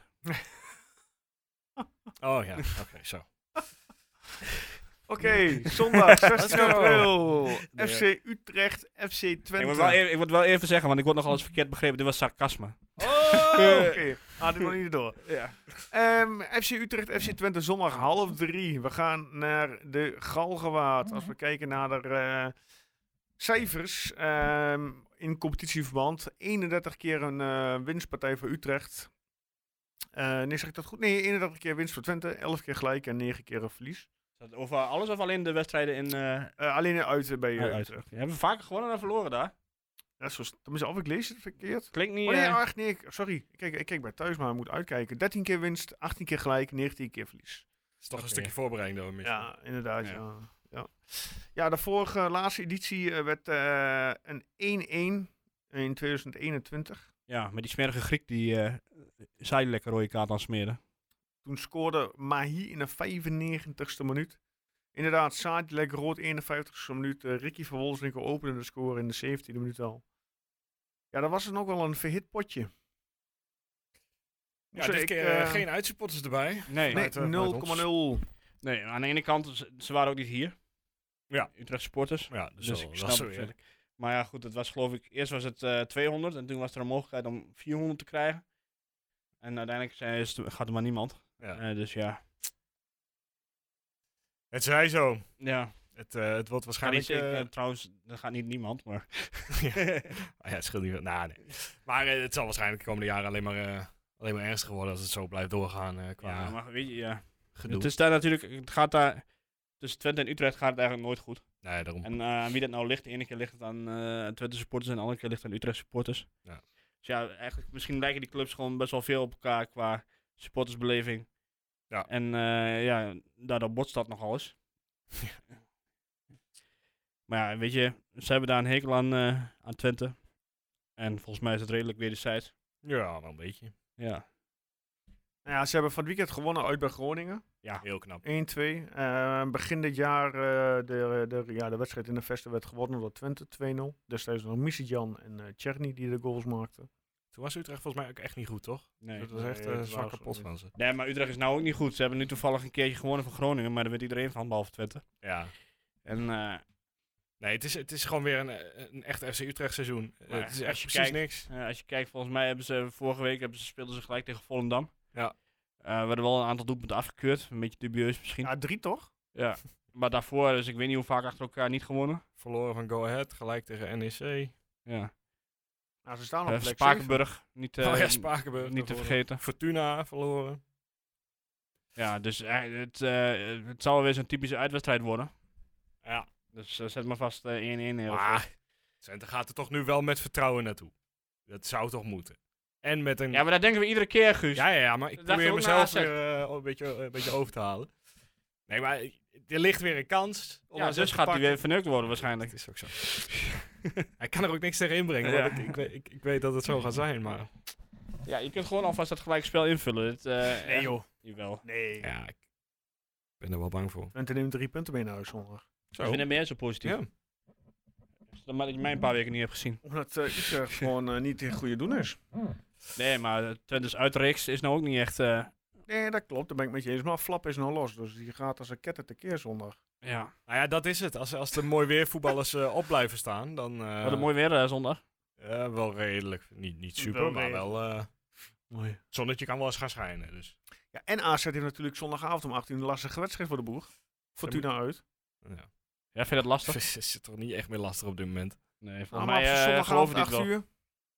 Oh ja, oké, okay, zo. Oké, okay, zondag zestien Let's go. april. Nee. F C Utrecht, F C Twente. Ik moet, wel even, ik moet wel even zeggen, want ik word nog alles verkeerd begrepen. Dit was sarcasme. Oh, oké. Okay. Ah, dit nog niet door. Ja. Um, F C Utrecht, F C Twente, zondag half drie. We gaan naar de Galgenwaard. Als we kijken naar de uh, cijfers um, in competitieverband. eenendertig keer een uh, winstpartij voor Utrecht. Uh, nee, zeg ik dat goed? Nee, eenendertig keer winst voor Twente, elf keer gelijk en negen keer een verlies. Over alles of alleen de wedstrijden in... Uh... Uh, alleen uit bij uh, uit, uit. Utrecht. Hebben we vaker gewonnen en verloren daar? Ja, zoals, tenminste, of ik lees het verkeerd. Klinkt niet... Oh nee, uh... ach, nee, ik, sorry. Ik kijk, ik kijk bij thuis, maar ik moet uitkijken. dertien keer winst, achttien keer gelijk, negentien keer verlies. Dat is toch Okay. een stukje voorbereiding door mis. Ja, inderdaad, ja. Ja. Ja, ja. ja de vorige laatste editie uh, werd uh, een één-één. in tweeduizend eenentwintig. Ja, met die smerige Griek die uh, zij lekker rode kaart aan smeren. Toen scoorde Mahi in de vijfennegentigste minuut. Inderdaad, Sadilek rood eenenvijftigste minuut. Uh, Ricky van Wolfswinkel opende de score in de zeventiende minuut al. Ja, dat was dan ook wel een verhit potje. Ja, dit ik, keer uh, uh, geen uitsupporters erbij. Nee, nee nul komma nul. Nee, aan de ene kant, ze, ze waren ook niet hier. Ja. Utrecht supporters. Ja, dus, Dus zo, ik dat snap is het. zo, ja. Maar ja, goed, het was geloof ik, eerst was het uh, tweehonderd en toen was er een mogelijkheid om vierhonderd te krijgen. En uiteindelijk zei, is het, gaat er maar niemand. Ja. Uh, dus ja. Het zij zo. Ja. Het, uh, het wordt waarschijnlijk... Ja, weet je, ik, uh, uh, trouwens, er gaat niet niemand, maar... ja. Oh, ja, het scheelt niet veel. Nou, nee. Maar uh, het zal waarschijnlijk de komende jaren alleen maar, uh, alleen maar ernstiger worden als het zo blijft doorgaan uh, qua Ja, maar weet je, ja. gedoe. Het is daar natuurlijk, het gaat daar... Tussen Twente en Utrecht gaat het eigenlijk nooit goed. Nee, daarom. En uh, aan wie dat nou ligt, de ene keer ligt het aan uh, Twente supporters en de andere keer ligt het aan Utrecht supporters. Ja. Dus ja, eigenlijk, misschien lijken die clubs gewoon best wel veel op elkaar qua supportersbeleving. Ja. En uh, ja, daardoor botst dat nogal eens. Maar ja, weet je, ze hebben daar een hekel aan, uh, aan Twente. En volgens mij is het redelijk wederzijds. Ja, wel een beetje. Ja. Nou ja, ze hebben van het weekend gewonnen uit bij Groningen. Ja, heel knap. één twee. Uh, begin dit jaar uh, de, de, ja, de wedstrijd in de Vesten werd gewonnen door Twente twee nul. Destijds nog Missidjan en uh, Tjerny die de goals maakten. Toen was Utrecht volgens mij ook echt niet goed, toch? Nee. Dat was echt Nee, uh, het zwak was- kapot van ze. Nee, maar Utrecht is nou ook niet goed. Ze hebben nu toevallig een keertje gewonnen van Groningen, maar daar weet iedereen van, behalve Twente. Ja. En uh, Nee, het is, het is gewoon weer een, een echt F C Utrecht seizoen. Uh, Maar het is als echt je precies kijkt- niks. Uh, als je kijkt, volgens mij hebben ze vorige week hebben ze, speelden ze gelijk tegen Volendam. Ja. Uh, werden wel een aantal doelpunten afgekeurd. Een beetje dubieus misschien. Ja. Ja, drie toch? Maar daarvoor, dus ik weet niet hoe vaak achter elkaar niet gewonnen. Verloren van Go Ahead, gelijk tegen N E C. Ja. Nou, ze staan op Uh, plek Spakenburg, niet, uh, oh ja, Spakenburg. niet te verloren. vergeten. Fortuna verloren. Ja, dus uh, het, uh, het zal wel weer zo'n typische uitwedstrijd worden. Ja. Dus uh, zet maar vast uh, één één neer. of zo. Maar Twente gaat er toch nu wel met vertrouwen naartoe. Dat zou toch moeten. En met een... Ja, maar dat denken we iedere keer, Guus. ja, ja, ja, maar ik Dat dacht probeer ik ook mezelf na A Z. weer uh, een, beetje, een beetje over te halen. Nee, maar er ligt weer een kans. om Ja, A Z dus te gaat hij pakken. weer verneukt worden waarschijnlijk. Het is ook zo. Hij kan er ook niks tegen inbrengen. Ja. Want ik, ik, weet, ik, ik weet dat het zo gaat zijn, maar... Ja, je kunt gewoon alvast dat gelijkspel invullen. Dit, uh, Nee echt- joh. Jawel. Nee. Ja, ik ben er wel bang voor. Twente neemt drie punten mee naar huis zondag. Dus ik vind hem zo positief. Ja. Dat maar dat je mij een paar weken niet hebt gezien. Omdat uh, Utrecht gewoon uh, niet in goede doen is. Nee, maar uh, Twente's uitreeks is nou ook niet echt... Uh, Nee, dat klopt. Daar ben ik met je eens. Maar Flap is nou los. Dus die gaat als een ketter tekeer zondag. ja. Nou ja, dat is het. Als, als er mooi weer voetballers uh, op blijven staan, dan... Uh, Wat een mooi weer uh, zondag. uh, wel redelijk. Niet, niet super, Wel maar redelijk. wel... Uh, Mooi. het zonnetje kan wel eens gaan schijnen, dus... Ja, en A Z heeft natuurlijk zondagavond om acht uur een lastige wedstrijd voor de boeg. Fortuna uit. Ja. Ja, vind je dat lastig? Het is toch niet echt meer lastig op dit moment. Nee, Nou, volgens maar mij op uh, zondagavond geloof ik acht niet wel. uur.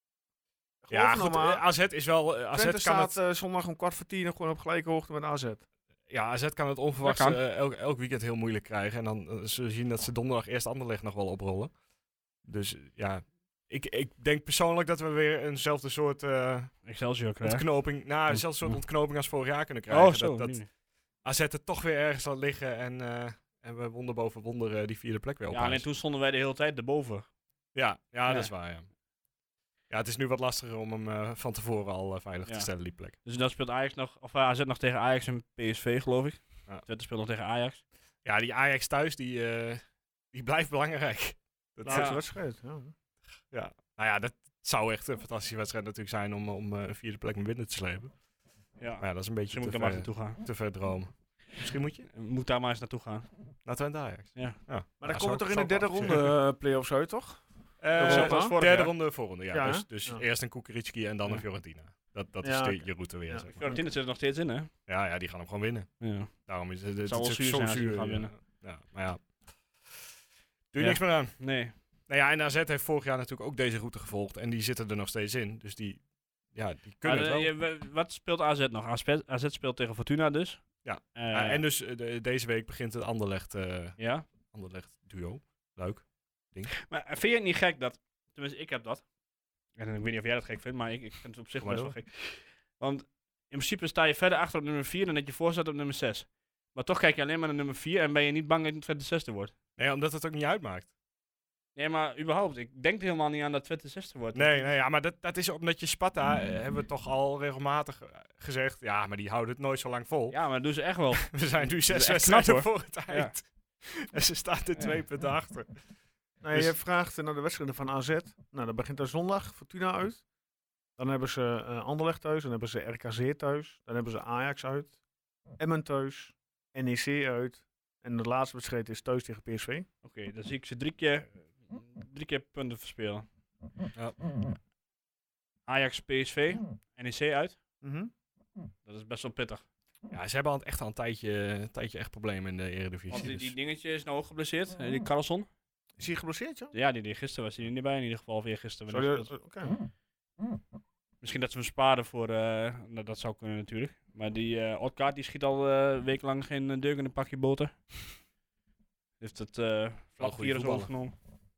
Ja, Geloof goed. me maar. uh, A Z is wel... Uh, A Z Twente kan staat het, uh, zondag om kwart voor tien gewoon op gelijke hoogte met A Z. ja, A Z kan het onverwachts Dat kan. uh, elk, elk weekend heel moeilijk krijgen. En dan uh, zullen we zien dat ze donderdag eerst Anderlecht nog wel oprollen. Dus uh, ja... Ik, ik denk persoonlijk dat we weer eenzelfde soort uh, Excelsior krijgen. ontknoping... Nou, Hm. eenzelfde soort Hm. ontknoping als vorig jaar kunnen krijgen. Oh, zo. Dat, dat nu. A Z er toch weer ergens zal liggen en, uh, en we wonder boven wonder uh, die vierde plek weer Ja, opeisen. alleen toen stonden wij de hele tijd erboven. Ja, ja, Ja. dat is waar, ja. Ja, het is nu wat lastiger om hem uh, van tevoren al uh, veilig Ja. te stellen, die plek. Dus dan speelt Ajax nog, of uh, A Z nog tegen Ajax en P S V, geloof ik. Ja. Twente speelt nog tegen Ajax. Ja, die Ajax thuis, die, uh, die blijft belangrijk. Dat, Laatste ja. wedstrijd. Ja. Ja. Nou ja, dat zou echt een fantastische wedstrijd natuurlijk zijn om, om uh, een vierde plek naar binnen te slepen. Ja. Maar ja, dat is een beetje Misschien moet te ik daar maar ver, naartoe gaan. te ver dromen. Misschien moet je Moet daar maar eens naartoe gaan. naar Twente Ajax. Ja. ja. Maar dan Ja, komen we zou- toch in zou de derde ik wel ronde uh, play-offs uit, toch? Uh, Europa? Zoals vorig derde jaar. ronde, voorronde, ja. Ja, dus hè? dus Ja. eerst een Kukuritski en dan Ja. een Fiorentina. Dat, dat Ja, is de, oké. je route weer, Ja. zeg maar. Fiorentina zit er nog steeds in, hè? Ja, ja, die gaan hem gewoon winnen. Ja. Daarom is het, het, Zou het wel is zuur zo zijn als die zuur. gaan ja. winnen. Ja, maar ja. Doe je Ja. niks meer aan. Nee. Nou ja, en A Z heeft vorig jaar natuurlijk ook deze route gevolgd. En die zitten er nog steeds in. Dus die, ja, die kunnen Maar, het uh, wel. je- w- wat speelt A Z nog? A Z A Z speelt tegen Fortuna dus. Ja. Uh, Ja, en dus uh, de- deze week begint het Anderlecht, uh, ja. Anderlecht duo. Leuk. Maar uh, vind je het niet gek dat... Tenminste, ik heb dat. En ik weet niet of jij dat gek vindt, maar ik, ik vind het op zich Kom maar best wel gek. Want in principe sta je verder achter op nummer vier dan dat je voor staat op nummer zes. Maar toch kijk je alleen maar naar nummer vier en ben je niet bang dat het Twente zesde wordt. Nee, omdat het ook niet uitmaakt. Nee, maar überhaupt. Ik denk helemaal niet aan dat Twente zesde wordt. Nee, nee ja, maar dat, dat is omdat je Sparta, eh, hebben we toch al regelmatig eh, gezegd, ja, maar die houden het nooit zo lang vol. Ja, maar dat doen ze echt wel. We zijn nu zes echt wedstrijden knap, voor het eind. En ze staan er twee punten achter. Nou, Dus- je vraagt naar de wedstrijden van A Z. Nou, dat begint er zondag, Fortuna uit. Dan hebben ze uh, Anderlecht thuis, dan hebben ze R K Z thuis. Dan hebben ze Ajax uit, Emmen thuis, N E C uit. En de laatste wedstrijd is thuis tegen P S V. Oké, okay, dan zie ik ze drie keer, drie keer punten verspelen. Ja. Ajax, P S V, N E C uit. Mm-hmm. Dat is best wel pittig. Ja, ze hebben al echt al een tijdje, een tijdje echt problemen in de Eredivisie. Want die, dus- die dingetje is nou ook geblesseerd, eh, die Carlson. Is hij geblesseerd, ja? Ja, die, die gisteren was hij er niet bij in ieder geval, weer gisteren. Zou wanneer je- ze Oké. speelt. Misschien dat ze hem sparen voor, uh, nou, dat zou kunnen natuurlijk. Maar die uh, Odgaard die schiet al uh, wekenlang geen uh, deuk in een pakje boter. Heeft het uh, vlagvirus voetballer. overgenomen.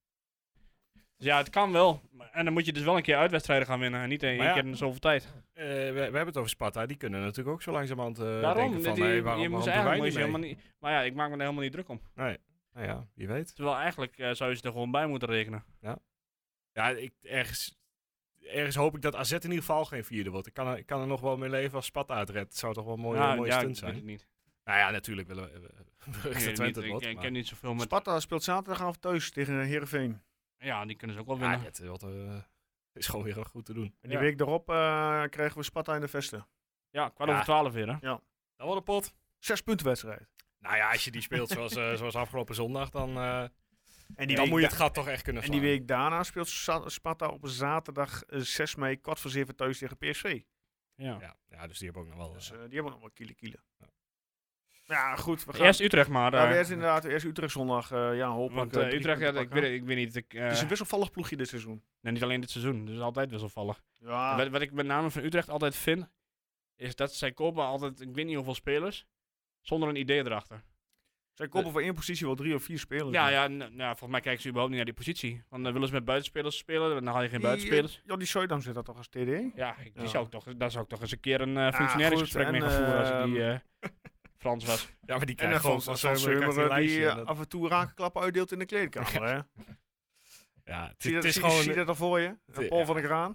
Dus ja, het kan wel. Maar- En dan moet je dus wel een keer uitwedstrijden gaan winnen. En niet in één Maar ja, keer in zoveel tijd. Eh, we, we hebben het over Sparta, die kunnen natuurlijk ook zo langzamerhand uh, Daarom, denken van, die, hey, waarom, je moest waarom doen wij eigenlijk niet moest je mee? helemaal niet. Maar ja, ik maak me er helemaal niet druk om. Nee, nou ja, wie weet. Terwijl eigenlijk uh, zou je ze er gewoon bij moeten rekenen. Ja, ik, ergens, ergens hoop ik dat A Z in ieder geval geen vierde wordt. Ik kan er, ik kan er nog wel mee leven als Sparta het redt. Het zou toch wel een mooie, ja, mooie ja, stunt ik weet zijn. het niet. Nou ja, natuurlijk willen we, we, we, Ik, we weet het Twente niet. het ik, wordt, ik maar- ken niet zoveel met. Sparta speelt zaterdagavond thuis tegen Heerenveen. Ja, die kunnen ze ook wel Ja, winnen. het wordt, uh, is gewoon weer goed te doen. En die Ja. week daarop uh, krijgen we Sparta in de Vesten. Ja, kwart Ja. over twaalf weer, hè? Dan wordt een pot. Zes punten wedstrijd. Nou ja, als je die speelt zoals, uh, zoals afgelopen zondag, dan, uh, En die, dan week moet je da- het gat toch echt kunnen en slaan. die week daarna speelt Sa- Sparta op zaterdag uh, zes mei kwart voor zeven thuis tegen P S V. Ja. Ja, ja, dus die hebben ook nog wel... Dus uh, uh, die hebben nog wel kiele kiele. Ja, goed. We gaan Eerst Utrecht, maar. ja, Uh, we eerst inderdaad eerst Utrecht zondag. Uh, ja, hopelijk. want uh, uh, drie Utrecht, ja, punten ik pakken. weet, ik weet niet. Ik, uh, Het is een wisselvallig ploegje dit seizoen. nee, niet alleen dit seizoen, het is altijd wisselvallig. Ja, Wat, wat ik met name van Utrecht altijd vind, is dat zij kopen altijd, ik weet niet hoeveel spelers, zonder een idee erachter. zij kopen voor één positie wel drie of vier spelers. Ja, ja, n- nou, volgens mij kijken ze überhaupt niet naar die positie. Want dan willen ze met buitenspelers spelen, dan haal je geen buitenspelers. Ja, die Soidam zit daar toch als T D? Ja, ik, die Ja. Zou ik toch, daar zou ik toch eens een keer een uh, functioneringsgesprek goed, mee en, gaan voeren als ik die ehm, uh, Frans was. ja, maar die En krijgt dan gewoon van, van van Seumeren krijgt hij Seumeren een die lijstje. uh, en dat- af en toe rakenklappen uitdeelt in de kleedkamer. Hè? Ja, het, Zie je het dat, is zie, gewoon... zie je dat al voor je? het- Paul ja. van der Graan?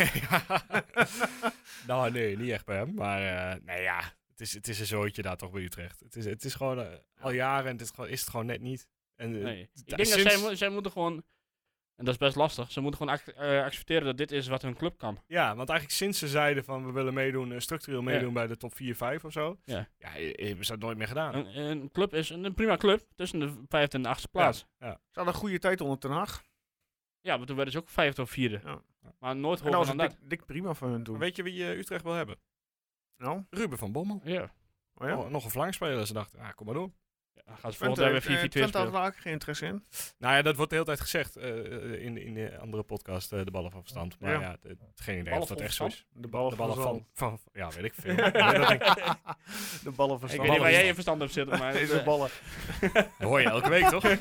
nou, nee, niet echt bij hem. Maar uh, nee, ja, het is, het is een zooitje daar toch bij Utrecht. Het is, het is gewoon uh, al jaren en het is, gewoon, is het gewoon net niet. En, uh, Nee. Ik da- denk dat sinds- zij, mo- zij moeten gewoon, en dat is best lastig, ze moeten gewoon ac- uh, accepteren dat dit is wat hun club kan. Ja, want eigenlijk sinds ze zeiden van we willen meedoen, uh, structureel meedoen Ja. bij de top vier, vijf of zo. Ja. Ja, he- hebben ze dat nooit meer gedaan. Een, een club is een, een prima club, tussen de vijfde en de achtste plaats. Ze hadden een goede tijd onder Ten Hag. Ja, maar toen werden ze ook vijfde of vierde. Ja. Maar nooit En dat hoger was dan een dat. dik, dik prima voor hun toen. Weet je wie uh, Utrecht wil hebben? Nou, Ruben van Bommel. Ja. oh ja. Oh, nog een flankspeler. Ze dachten, ah, kom maar door. Ja, dan gaan ze Twente, volgend jaar weer eh, vier vier twee Twente had spelen. daar ook geen interesse in. Nou ja, dat wordt de hele tijd gezegd uh, in, in de andere podcast, uh, de ballen van verstand. Maar Ja. ja, de, geen idee Ballen of dat van echt zo is. De ballen, De ballen van, van, van, ja, weet ik veel. Ik weet dat ik- De ballen van Ik Stam. weet niet waar jij van- je verstand op zit, maar... Deze eh, ballen. dat hoor je elke week, toch?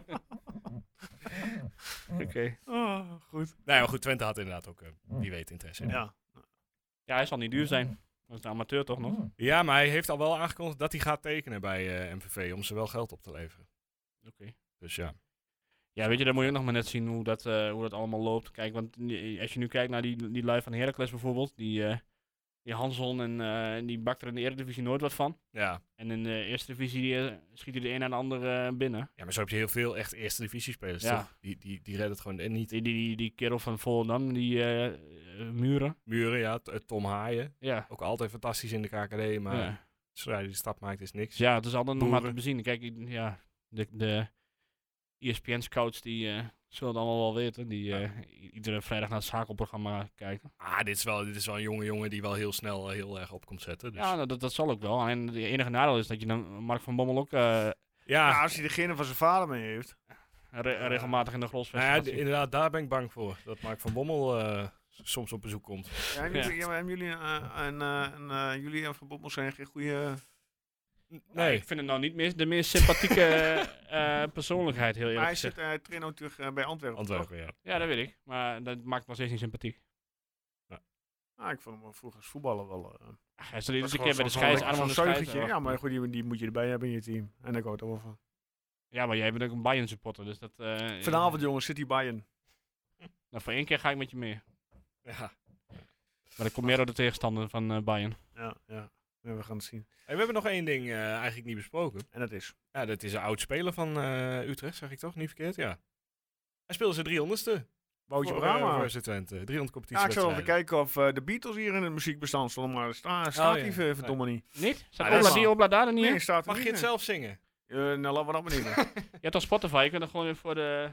Oké. Oh, goed. Nee, maar goed, Twente had inderdaad ook, uh, wie weet, interesse in. Ja. Ja, hij zal niet duur zijn. Dat is een amateur toch nog? Ja, maar hij heeft al wel aangekondigd dat hij gaat tekenen bij uh, M V V om ze wel geld op te leveren. Oké. Dus ja. Ja, weet je, dan moet je ook nog maar net zien hoe dat, uh, hoe dat allemaal loopt. Kijk, want die- als je nu kijkt naar die, die lui van Heracles bijvoorbeeld, die, uh, die Hanson en uh, die bakt er in de Eredivisie nooit wat van. Ja. En in de Eerste Divisie uh, schiet hij de een aan de ander uh, binnen. ja, maar zo heb je heel veel echt eerste divisie spelers, Ja. toch? Die, die, die redden het gewoon en niet. Die, die, die, die kerel van Volendam, die uh, uh, Muren. Muren, ja, t- Tom Haaien. Ja. Ook altijd fantastisch in de K K D, maar ja. zodra hij die stap maakt is niks. Dus ja, het is altijd nog maar te Boeren. bezien. Kijk, i- ja, de, de E S P N-scouts die uh, zullen het allemaal wel weten. Die uh, i- iedere vrijdag naar het schakelprogramma kijken. Ah, dit is, wel, dit is wel een jonge jongen die wel heel snel uh, heel erg op komt zetten. Dus. Ja, nou, dat, dat zal ook wel. En het enige nadeel is dat je dan Mark van Bommel ook uh, Ja, als hij degene van zijn vader mee heeft. re- regelmatig in de nou ja, grosvesting d- inderdaad, daar ben ik bang voor. Dat Mark van Bommel uh, soms op bezoek komt. Ja, en jullie, ja, maar hebben jullie uh, en, uh, en uh, jullie en Van Bommel zijn geen goede... Nee, ik vind het nou niet meer de meest sympathieke uh, persoonlijkheid, heel Maar eerlijk hij gezegd. zit, hij traint ook terug uh, bij Antwerpen. Antwerpen, ja. Ja, dat weet ik. Maar dat maakt me nog steeds niet sympathiek. Ah, ik vond hem wel vroeger als voetballer wel... Uh, Ach, hij stond iedere was keer bij de gewoon zo'n- scheids, arm zo'n aan de scheids. zeugentje. Ja, maar goed, die, die moet je erbij hebben in je team. En daar hou ik er wel van. Ja, maar jij bent ook een Bayern supporter, dus dat... Uh, Vanavond, jongens, City Bayern. Nou, voor één keer ga ik met je mee. Ja. Maar dat komt meer door de tegenstander van uh, Bayern. Ja, ja. Ja, we gaan het zien. Hey, we hebben nog één ding uh, eigenlijk niet besproken. En dat is? Ja, dat is een oud speler van uh, Utrecht, zeg ik toch? Niet verkeerd, ja. Hij speelde zijn driehonderdste. Woutje voor, Brama. Uh, voor Z Twente. driehonderd competitie. Ja, ik zal even kijken of uh, de Beatles hier in het muziekbestand stonden, maar sta, staat oh, die ja. verdomme nee. niet. Niet? Staat Ah, Obla is... die Obla daar er niet Nee, in? staat er Mag niet je het in. zelf zingen? Uh, nou, laten we dat maar niet doen. Je hebt toch Spotify, je kunt er gewoon weer voor de...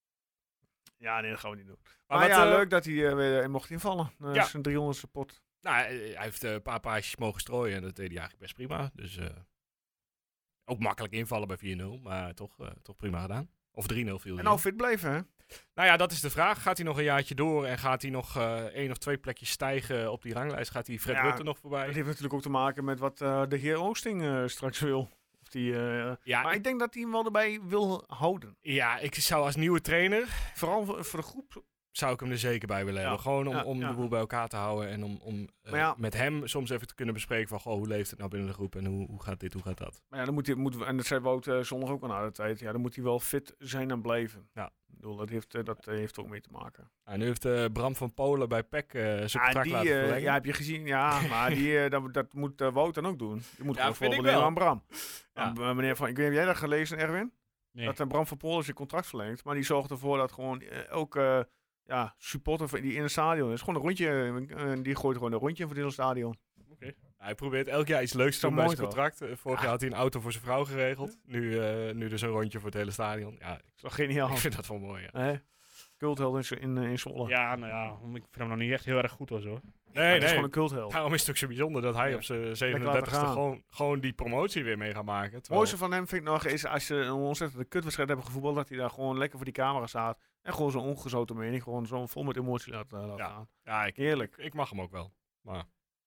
Ja, nee, dat gaan we niet doen. Maar, Maar wat, ja, uh, leuk dat hij uh, weer mocht invallen. Uh, Ja. Zijn driehonderdste pot. Nou, hij heeft uh, een paar paasjes mogen strooien en dat deed hij eigenlijk best prima. Dus uh, ook makkelijk invallen bij vier nul, maar toch, uh, toch prima gedaan. Of drie nul viel hij. En nou fit blijven, hè? Nou ja, dat is de vraag. Gaat hij nog een jaartje door en gaat hij nog uh, één of twee plekjes stijgen op die ranglijst? Gaat hij Fred Ja, Rutte nog voorbij? Dat heeft natuurlijk ook te maken met wat uh, de heer Oosting uh, straks wil. Of die, uh, Ja, maar ik, ik denk dat hij hem wel erbij wil houden. ja, ik zou als nieuwe trainer, Vooral voor, voor de groep. zou ik hem er zeker bij willen Ja, hebben. Gewoon om, ja, om ja. de boel bij elkaar te houden en om, om uh, Maar ja. met hem soms even te kunnen bespreken van, goh, hoe leeft het nou binnen de groep en hoe, hoe gaat dit, hoe gaat dat? Maar ja, dan moet hij, moet, en dat zei Wout uh, zondag ook al na de tijd. Ja, dan moet hij wel fit zijn en blijven. Ja. Ik bedoel, dat heeft, uh, dat uh, heeft er ook mee te maken. Nou, nu heeft uh, Bram van Polen bij P E C uh, zijn Ja, contract die, laten uh, verlengen. ja, heb je gezien? Ja, maar die, uh, dat, dat moet uh, Wout dan ook doen. Je moet Ja, gewoon vind ik voorbeeld nemen wel. aan Bram. Ja. Aan, uh, meneer van, ik weet niet, heb jij dat gelezen, Erwin? Nee. Dat uh, Bram van Polen zijn contract verlengt. Maar die zorgt ervoor dat gewoon uh, elke uh, ja, supporter van- die in het stadion is, gewoon een rondje, uh, die gooit gewoon een rondje voor het hele stadion. Hij probeert elk jaar iets leuks te Zo doen bij mooi zijn toch? contract. Uh, vorig jaar had hij een auto voor zijn vrouw geregeld. Nu, uh, nu dus een rondje voor het hele stadion. Ja, ik, Dat is toch geniaal? ik vind dat wel mooi, ja. Hè? Cultheld in, Zw- in, uh, in Zwolle. Ja, nou ja, ik vind hem nog niet echt heel erg goed of zo. Nee, Maar het is nee. gewoon een cultheld. Daarom is het ook zo bijzonder dat hij Ja. op zijn laten zevenendertigste gaan. gewoon, gewoon die promotie weer mee gaat maken. Het Terwijl, mooiste van hem vind ik nog is als ze een ontzettende kutwedstrijd hebben gevoetbald, dat hij daar gewoon lekker voor die camera staat. En gewoon zo'n ongezoten mening, gewoon zo vol met emotie laat, uh, laat Ja. gaan. ja, ik, Heerlijk. ik mag hem ook wel. Maar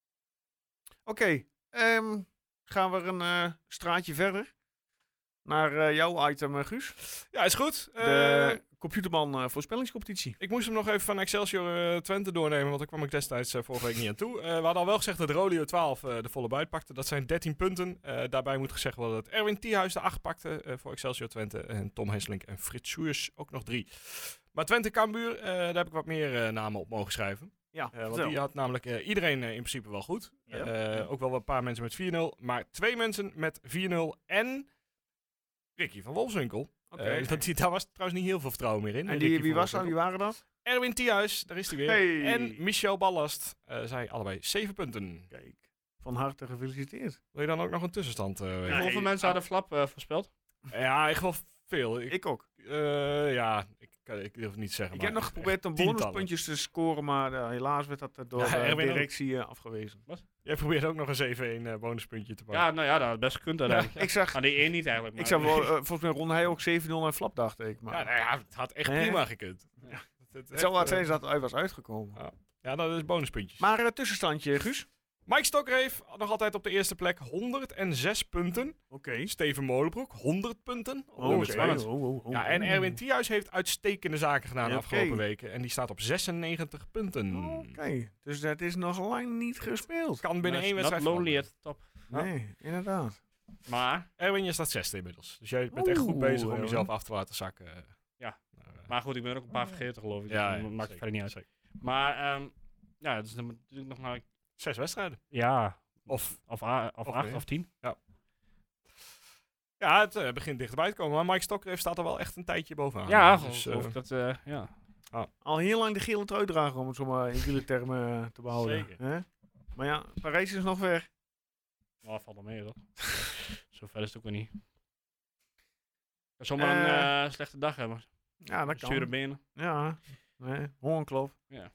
Oké, okay, um, gaan we een uh, straatje verder naar uh, jouw item, uh, Guus. ja, is goed. De Uh, Computerman uh, voorspellingscompetitie. Ik moest hem nog even van Excelsior uh, Twente doornemen, want daar kwam ik destijds uh, vorige week niet aan toe. Uh, we hadden al wel gezegd dat Rolio twaalf uh, de volle buit pakte. Dat zijn dertien punten. Uh, daarbij moet gezegd worden dat Erwin Thiehuis de acht pakte uh, voor Excelsior Twente. En Tom Hesselink en Frits Schuurs ook nog drie. Maar Twente Cambuur, uh, daar heb ik wat meer uh, namen op mogen schrijven. Ja, Uh, want vertel. die had namelijk uh, iedereen uh, in principe wel goed. Ja. Uh, ook wel een paar mensen met vier nul. Maar twee mensen met vier nul en Ricky van Wolfswinkel. Oké. Uh, dat, die- daar was trouwens niet heel veel vertrouwen meer in. En Ricky die, van wie was dat? Wolfswinkel. Wie waren dat? Erwin Thiehuis, daar is hij weer. Hey. En Michel Ballast. Uh, zij allebei zeven punten. Kijk, van harte gefeliciteerd. Wil je dan ook nog een tussenstand uh, weten? Nee. Hoeveel mensen hadden Flap uh, voorspeld? Ja, echt wel veel. Ik, Ik ook. uh, ja, ik, ik durf het niet te zeggen. Ik maar heb nog geprobeerd om tientallen. bonuspuntjes te scoren, maar uh, helaas werd dat uh, door Ja, de Erwin ook. directie uh, afgewezen. Jij probeert ook nog een zeven-één uh, bonuspuntje te pakken. Ja, nou ja, dat had best gekund uiteindelijk. Ik zag, Maar die één niet eigenlijk. ik Maar zag wel, uh, volgens mij ronde hij ook zeven nul en flap, dacht ik. Maar Ja, nou ja, het had echt Hè? prima gekund. Ja. Het, het zou wel zijn dat het uit was uitgekomen. Ja. Ja, dat is bonuspuntjes. Maar uh, tussenstandje, Guus. Mike Stokreef nog altijd op de eerste plek, honderdzes punten. Oké. Steven Molenbroek, honderd punten. Op Oh, nummer oké. twaalf. Oh, oh, oh, Ja, en oh. Erwin Thiehuis heeft uitstekende zaken gedaan de Ja, afgelopen oké. weken. En die staat op zesennegentig punten. Oké, dus dat is nog lang niet gespeeld. Kan binnen één not wedstrijd lonely veranderen. at the top. Nee, inderdaad. Maar, Erwin, je staat zesde inmiddels. Dus jij bent echt goed Oeh, bezig om Erwin. jezelf af te laten zakken. Ja. Nou, uh, maar goed, ik ben er ook een paar vergeten geloof ik. Ja, dus ja, dat maakt zeker, verder niet uit. zeker. Maar, um, ja, dus dan moet natuurlijk nog maar... Zes wedstrijden. Ja, Of, of, a, of, Of acht meer. of tien. ja, het uh, begint dichterbij te komen. Maar Mike Stokreef staat er wel echt een tijdje bovenaan. Ja, dus, geloof uh, ik dat, uh, ja. Al heel lang de gele trui dragen, om het zo maar in jullie termen uh, te behouden. Zeker. Hè? Maar ja, Parijs is nog ver. Oh, valt wel mee, toch? Zo ver is het ook weer niet. Kan zomaar een Eh. uh, slechte dag hebben. Ja, dat Zure kan. benen. Ja, nee, hongerkloof. Ja.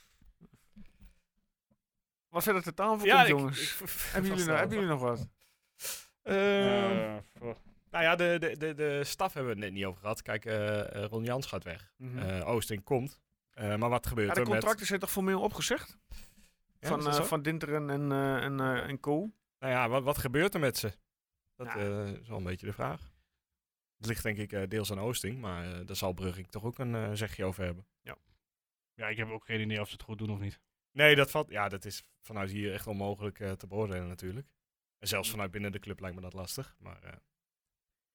Wat verder te tafel komt, ja, ik- jongens. ik- hebben, jullie nog, hebben jullie nog wat? Ehm, Eh, voor- Nou ja, de, de, de, de staf hebben we het net niet over gehad. Kijk, uh, uh, Ron Jans gaat weg. Mhm. Uh, Oosting komt. Uh, maar wat gebeurt Ja, de er met... contracten zijn toch formeel opgezegd? Ja, van, is dat uh, zo? van Dinteren en, uh, en, uh, en Co. Nou ja, wat, wat gebeurt er met ze? Dat Ja. uh, is wel een beetje de vraag. Het ligt denk ik uh, deels aan Oosting, maar uh, daar zal Brugging toch ook een uh, zegje over hebben. ja, ik heb ook geen idee of ze het goed doen of niet. Nee, dat, valt, ja, dat is vanuit hier echt onmogelijk uh, te beoordelen natuurlijk. En zelfs vanuit binnen de club lijkt me dat lastig. Maar uh,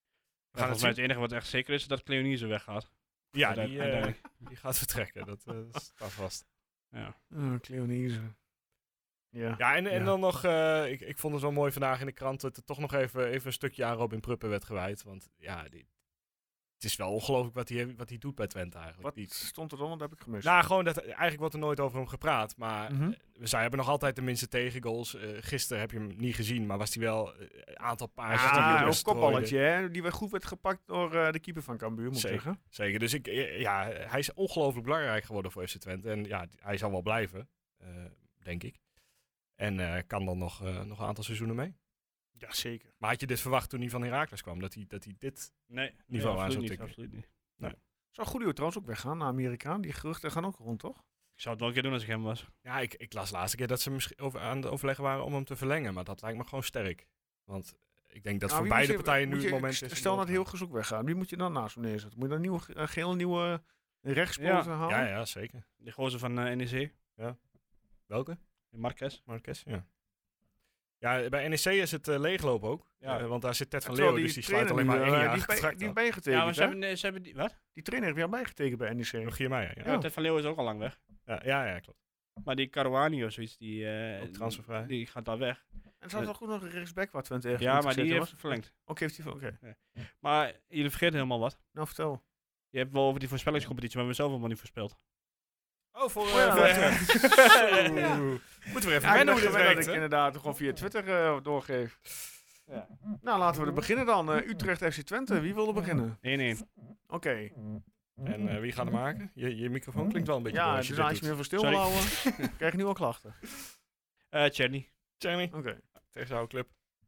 Ja, volgens mij het enige wat echt zeker is, is dat Cleonice weggaat. Ja, Uite- die, uh, uiteindelijk. die gaat vertrekken. Dat uh, staat vast. Ja. Uh, Cleonice. Ja. Ja, en, en Ja. dan nog, uh, ik, ik vond het wel mooi vandaag in de krant dat er toch nog even, even een stukje aan Robin Pruppen werd gewijd. Want ja, die, het is wel ongelooflijk wat hij wat hij doet bij Twente eigenlijk. Wat Die, stond er dan? Dat heb ik gemist. nou, gewoon dat eigenlijk wordt er nooit over hem gepraat. Maar Mhm. uh, zij hebben nog altijd de minste tegengoals. Uh, gisteren heb je hem niet gezien, maar was hij wel uh, een aantal paasjes die ja, hij een bestrooide. kopballetje, hè? Die weer goed werd gepakt door uh, de keeper van Cambuur, moet ik Zeker. zeggen. Zeker, dus ik, ja, hij is ongelooflijk belangrijk geworden voor F C Twente. En ja, hij zal wel blijven, uh, denk ik. En uh, kan dan nog, uh, nog een aantal seizoenen mee. Ja, zeker. Maar had je dit verwacht toen hij van Heracles kwam? Dat hij, dat hij dit Nee, niveau nee, aan zou absoluut niet, tikken? absoluut niet. Zou Goedio trouwens ook weggaan naar Amerika? Die geruchten gaan ook rond, toch? Ik zou het wel een keer doen als ik hem was. Ja, ik, ik las de laatste keer dat ze misschien over, aan het overleggen waren om hem te verlengen. Maar dat lijkt me gewoon sterk. Want ik denk dat Nou, voor wie beide moet je- partijen moet nu je- het moment is. om Stel dat door te heel ook weggaan. Wie moet je dan naast hem neerzetten? Moet je dan een nieuwe, uh, geel nieuwe rechtspoot Ja. halen? gaan. Ja, ja, zeker. Die gozer van uh, N E C, Welke? Marquez. Marquez, ja. Ja, bij N E C is het uh, leeglopen ook. Ja. Uh, want daar zit Ted van Terwijl Leeuwen, dus die sluit alleen trainer maar nu, één uh, jaar die, bij, contract die af. bijgetekend, Ja, maar ze hè? hebben, ze hebben die... Wat? Die trainer heeft weer bijgetekend bij N E C. Rogier Meijer, ja. Ja, Ja, Ted van Leeuwen is ook al lang weg. ja, ja, ja, klopt. Maar die Caruani of zoiets, die, uh, Ook transfervrij. die gaat daar weg. En er zat wel goed nog een rechtsback wat Twente echt Ja, goed maar die gezeten heeft was. verlengd. Oké, heeft hij oké. Maar jullie vergeten helemaal wat. Nou, vertel. Je hebt wel over die voorspellingscompetitie, maar we hebben zelf helemaal niet voorspeld. Oh, voor... Oh, ja, voor- ja. Ja. Moeten we even Ja, ik wennen ben hoe dit gewend dat werkt, ik hè? inderdaad gewoon via Twitter uh, doorgeef. Ja. Nou, laten we er beginnen dan. Uh, Utrecht F C Twente. Wie wil er beginnen? één één. Oké. En uh, wie gaat er maken? Je, je microfoon klinkt wel een beetje Ja, door als dus je als dit je me doet. even stil wil Sorry. houden, krijg je nu al klachten. Uh, Tjerni. Jamie, Oké. tegen jouw club.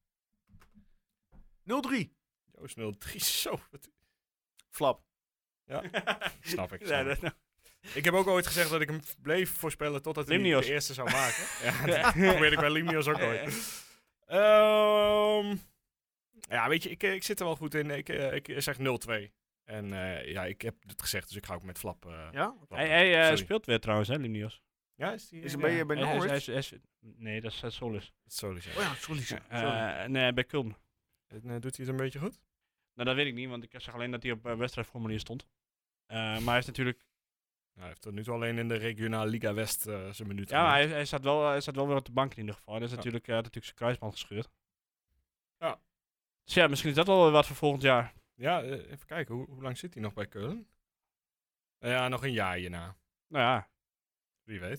nul drie. Joost nul drie, zo. wat- Flap. Ja, snap ik. Ja, snap dat, ik. Ik heb ook ooit gezegd dat ik hem bleef voorspellen totdat hij Limnios. de eerste zou maken. Ja, dat probeerde ik bij Limnios ook ooit. Ehm, ja, weet je, ik, ik zit er wel goed in. Ik, eh, ik zeg nul twee. En eh, ja, ik heb het gezegd, dus ik ga ook met Flap. eh, Ja? Flap. hij hij uh, Sorry. speelt weer trouwens, hè, Limnios. Ja, is die... Is eh, hij bij, ja, bij Hij- hij- Norwich? hij is- hij is- nee, dat is uh, Solus. Sorry, zeg. Oh ja, sorry. sorry. Uh, nee, bij Kulm. En, eh, doet hij het een beetje goed? Nou, dat weet ik niet, want ik zag alleen dat hij op uh, wedstrijdformulier stond. Uh, maar hij heeft natuurlijk... Nou, hij heeft tot nu toe alleen in de regionale Liga West uh, zijn minuten. Ja, maar gemaakt. hij, hij, staat wel, hij staat wel weer op de bank in ieder geval. Hij is Ja. natuurlijk, uh, had natuurlijk zijn kruisband gescheurd. Ja. Dus ja, misschien is dat wel weer wat voor volgend jaar. Ja, eh, even kijken. Hoe, hoe lang zit hij nog bij Keulen? Uh, ja, nog een jaar hierna. Nou ja, Wie weet.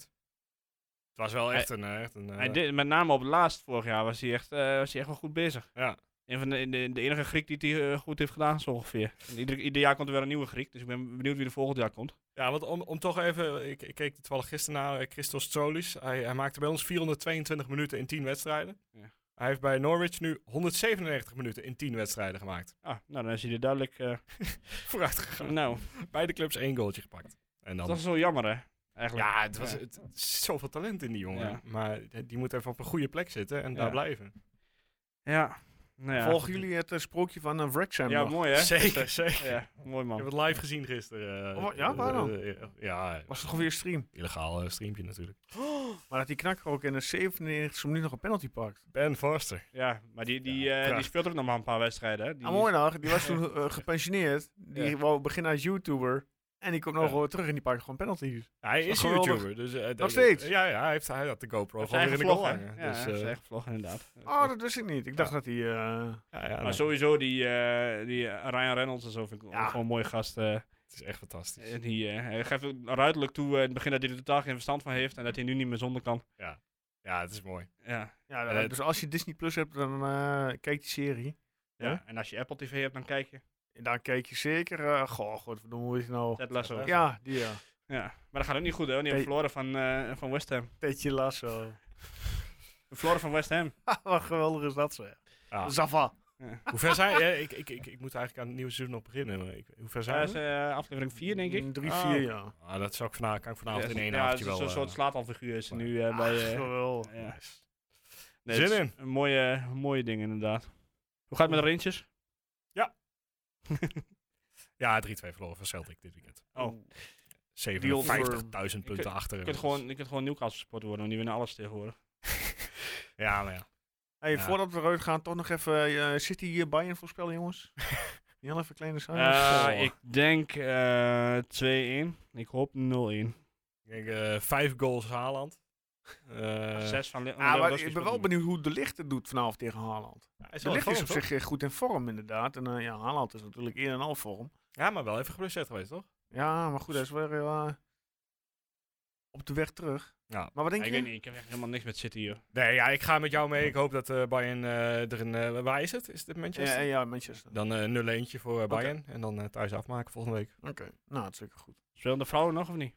Het was wel Hij- echt een... eh, Echt een eh, hij deed, met name op het laatst vorig jaar was hij echt, uh, was hij echt wel goed bezig. ja. Een van de, de, de enige Griek die hij uh, goed heeft gedaan, zo ongeveer. En ieder, ieder jaar komt er weer een nieuwe Griek, dus ik ben benieuwd wie er volgend jaar komt. Ja, want om, om toch even... Ik, ik keek toevallig gisteren naar uh, Christos Tsolis. Hij, hij maakte bij ons vierhonderdtweeëntwintig minuten in tien wedstrijden. Ja. Hij heeft bij Norwich nu honderdzevenennegentig minuten in tien wedstrijden gemaakt. Ah, nou dan is hij er duidelijk... Uh, Vooruit gegaan. nou, Beide clubs één goaltje gepakt. En dan... dat is zo jammer hè, eigenlijk. Ja, het was Ja. Het, het is zoveel talent in die jongen. Ja. Maar die moet even op een goede plek zitten en Ja. daar blijven. Ja. Nou ja. Volgen jullie het uh, sprookje van uh, Wrexham Ja, nog? mooi hè? Zeker, zeker. Ja, mooi Ik man. heb het live gezien gisteren. eh, Oh, ja, waar dan? eh, eh, ja, Was het gewoon weer stream? illegaal eh, streampje natuurlijk. Maar dat die knakker ook in de zevenennegentigste minuut nog een penalty pakt. Ben Forster. Ja, maar die, die, Ja, eh, die kracht. speelt ook nog maar een paar wedstrijden hè? Die Ah, mooi nog. Die was toen uh, gepensioneerd. Die Ja. wou beginnen als YouTuber. En die komt nog Ja. wel terug en die pakt gewoon penalties. Hij is geweldig. YouTuber. Dus, eh, Nog dat- steeds? Ja, ja hij, heeft, hij had de GoPro Heeft gewoon zijn weer in de eigen kop vlog, hè? hangen. Ja, Dus, hij heeft eh, zijn eigen vlog inderdaad. Oh, dat wist ik niet. Ik dacht Ja. dat hij... Uh, ja, ja, Maar nee, sowieso die, eh, die eh, Ryan Reynolds en zo vind ik Ja. ook gewoon een mooie gast. eh. het is echt fantastisch. En die, eh, hij geeft ook ruidelijk toe eh, in het begin dat hij er totaal geen verstand van heeft en dat hij nu niet meer zonder kan. Ja, het is mooi. Ja. ja, Eh, dus als je Disney Plus hebt, dan uh, kijk die serie. Ja. Ja. En als je Apple T V hebt, dan kijk je. En dan kijk je zeker... Uh, goh, godverdomme, hoe is het nou? Ted Lasso. Ja. Ja, die ja. Maar dat gaat ook niet goed, hè? Die hebben Hey. verloren van, eh, van West Ham. Tedje Lasso. Verloren van West Ham. Wat geweldig is dat, zeg. Ja. Zava. Hoe ver zijn ja, ik, ik, ik, ik moet eigenlijk aan het nieuwe seizoen nog beginnen. Maar ik, hoe ver Dat zijn is we? eh, aflevering vier, denk ik. Drie, Oh, vier, oké. ja. Ah, dat zou ik vanavond, kan ik vanavond in één ja, avondje het is wel... zo'n soort eh, slaatalfiguur is er nu eh, Ach, bij... eh, geweldig. ja. Nee, Zin het is in. Een mooie, een mooie ding, inderdaad. Hoe gaat het met de Rangers? Ja, drie twee verloren van Celtic dit weekend. Oh. zevenenvijftigduizend punten Je achter. Je kunt gewoon, je kunt gewoon Newcastle supporter worden, want die winnen alles tegenwoordig. Ja, maar ja. Hey, Ja. voordat we eruit gaan, toch nog even uh, City uh, Bayern voorspellen, jongens. Heel even kleine Eh, cijfers. ik denk eh twee-één. Ik hoop nul-één. Ik denk eh, vijf goals Haaland. Eh, Zes van Le- Ah, maar Lewandowski ik ben wel speelt benieuwd hoe De Ligt het doet vanavond tegen Haaland. hij is De wel Ligt in is op vorm, zich eh, goed in vorm inderdaad. En eh, ja, Haaland is natuurlijk een en al vorm. toch? Ja, maar wel even geblesseerd geweest, toch? Ja, maar goed, hij is weer uh, op de weg terug. Ja. Maar wat denk Ja, je? ik weet niet, ik heb echt helemaal niks met City hier. Nee, ja, ik ga met jou mee. Ik hoop dat eh Bayern eh, er een... eh, waar is het? Is het Manchester? Ja, ja, Manchester. Dan eh nul eentje voor eh, Bayern. En dan eh, thuis afmaken volgende week. Oké, nou, het is zeker goed. Spelen de vrouwen nog of niet?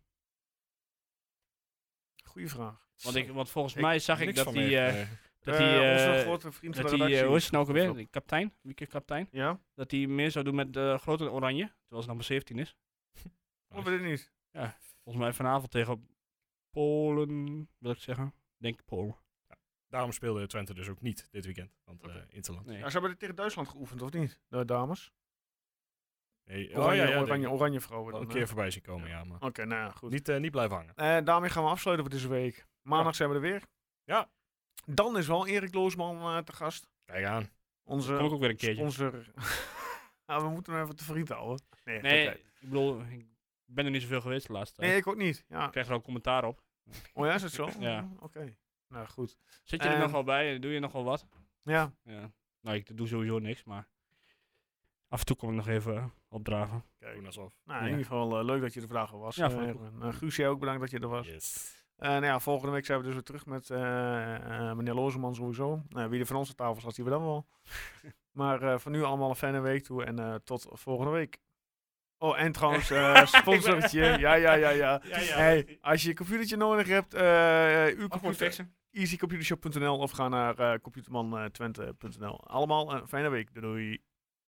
Goeie vraag. Want, ik, want volgens Ik- mij zag ik Niks dat van die, mee. eh, Nee. dat die, Eh, onze eh, grote vriend van dat de die, eh, redactie. hoe is het nou ook alweer? Klopt. Die kapitein, wie keer kapitein? Ja? Dat hij meer zou doen met de grote oranje, terwijl ze nog maar zeventien is. Of weet ik niet. Volgens mij vanavond tegen Polen, wil ik zeggen. Denk Polen. Daarom speelde Twente dus ook niet dit weekend. Want eh Oké. Interland. Nee. Ja, ze hebben dit tegen Duitsland geoefend, of niet? De dames? Nee, Oranje, oh, ja, ja, oranje, de- oranje vrouwen wel dan. een hè? keer voorbij zien komen, ja. Maar Oké, nou ja, goed. niet, eh, niet blijven hangen. Eh, daarmee gaan we afsluiten voor deze week. Maandag zijn we er weer. Ja. Dan is wel Erik Loosman eh, te gast. Kijk aan. Onze Kom ik ook weer een keertje. sponsor. Nou, we moeten hem even te vriend houden. Nee, Nee, oké. ik bedoel, ik ben er niet zoveel geweest de laatste tijd. Nee, ik ook niet. Ja. Ik krijg er ook commentaar op. Oh ja, is het zo? Ja. Oké. Nou, goed. Zit je er Ehm, nog wel bij? Doe je nog wel wat? Ja. Ja. Nou, ik doe sowieso niks, maar af en toe kom ik nog even eh, opdraven. Kijk. Doen alsof. Nou, Ja. in ieder geval eh, leuk dat je er vandaag al was. Ja, eh, vond ik Erwin. Eh, Guusje ook bedankt dat je er was. Yes. Eh, nou ja, volgende week zijn we dus weer terug met eh, eh, meneer Lozeman sowieso. Nou, wie er van onze tafel zat, zien we dan wel. maar eh, voor nu allemaal een fijne week toe en eh, tot volgende week. Oh, en trouwens, eh sponsortje. Ja, ja, ja, ja. Ja, ja. Hey, als je een computertje nodig hebt, eh uw Of moet computer, fixen. easycomputershop punt n l of ga naar uh, computerman twente punt n l. Allemaal een fijne week. Doei. doei.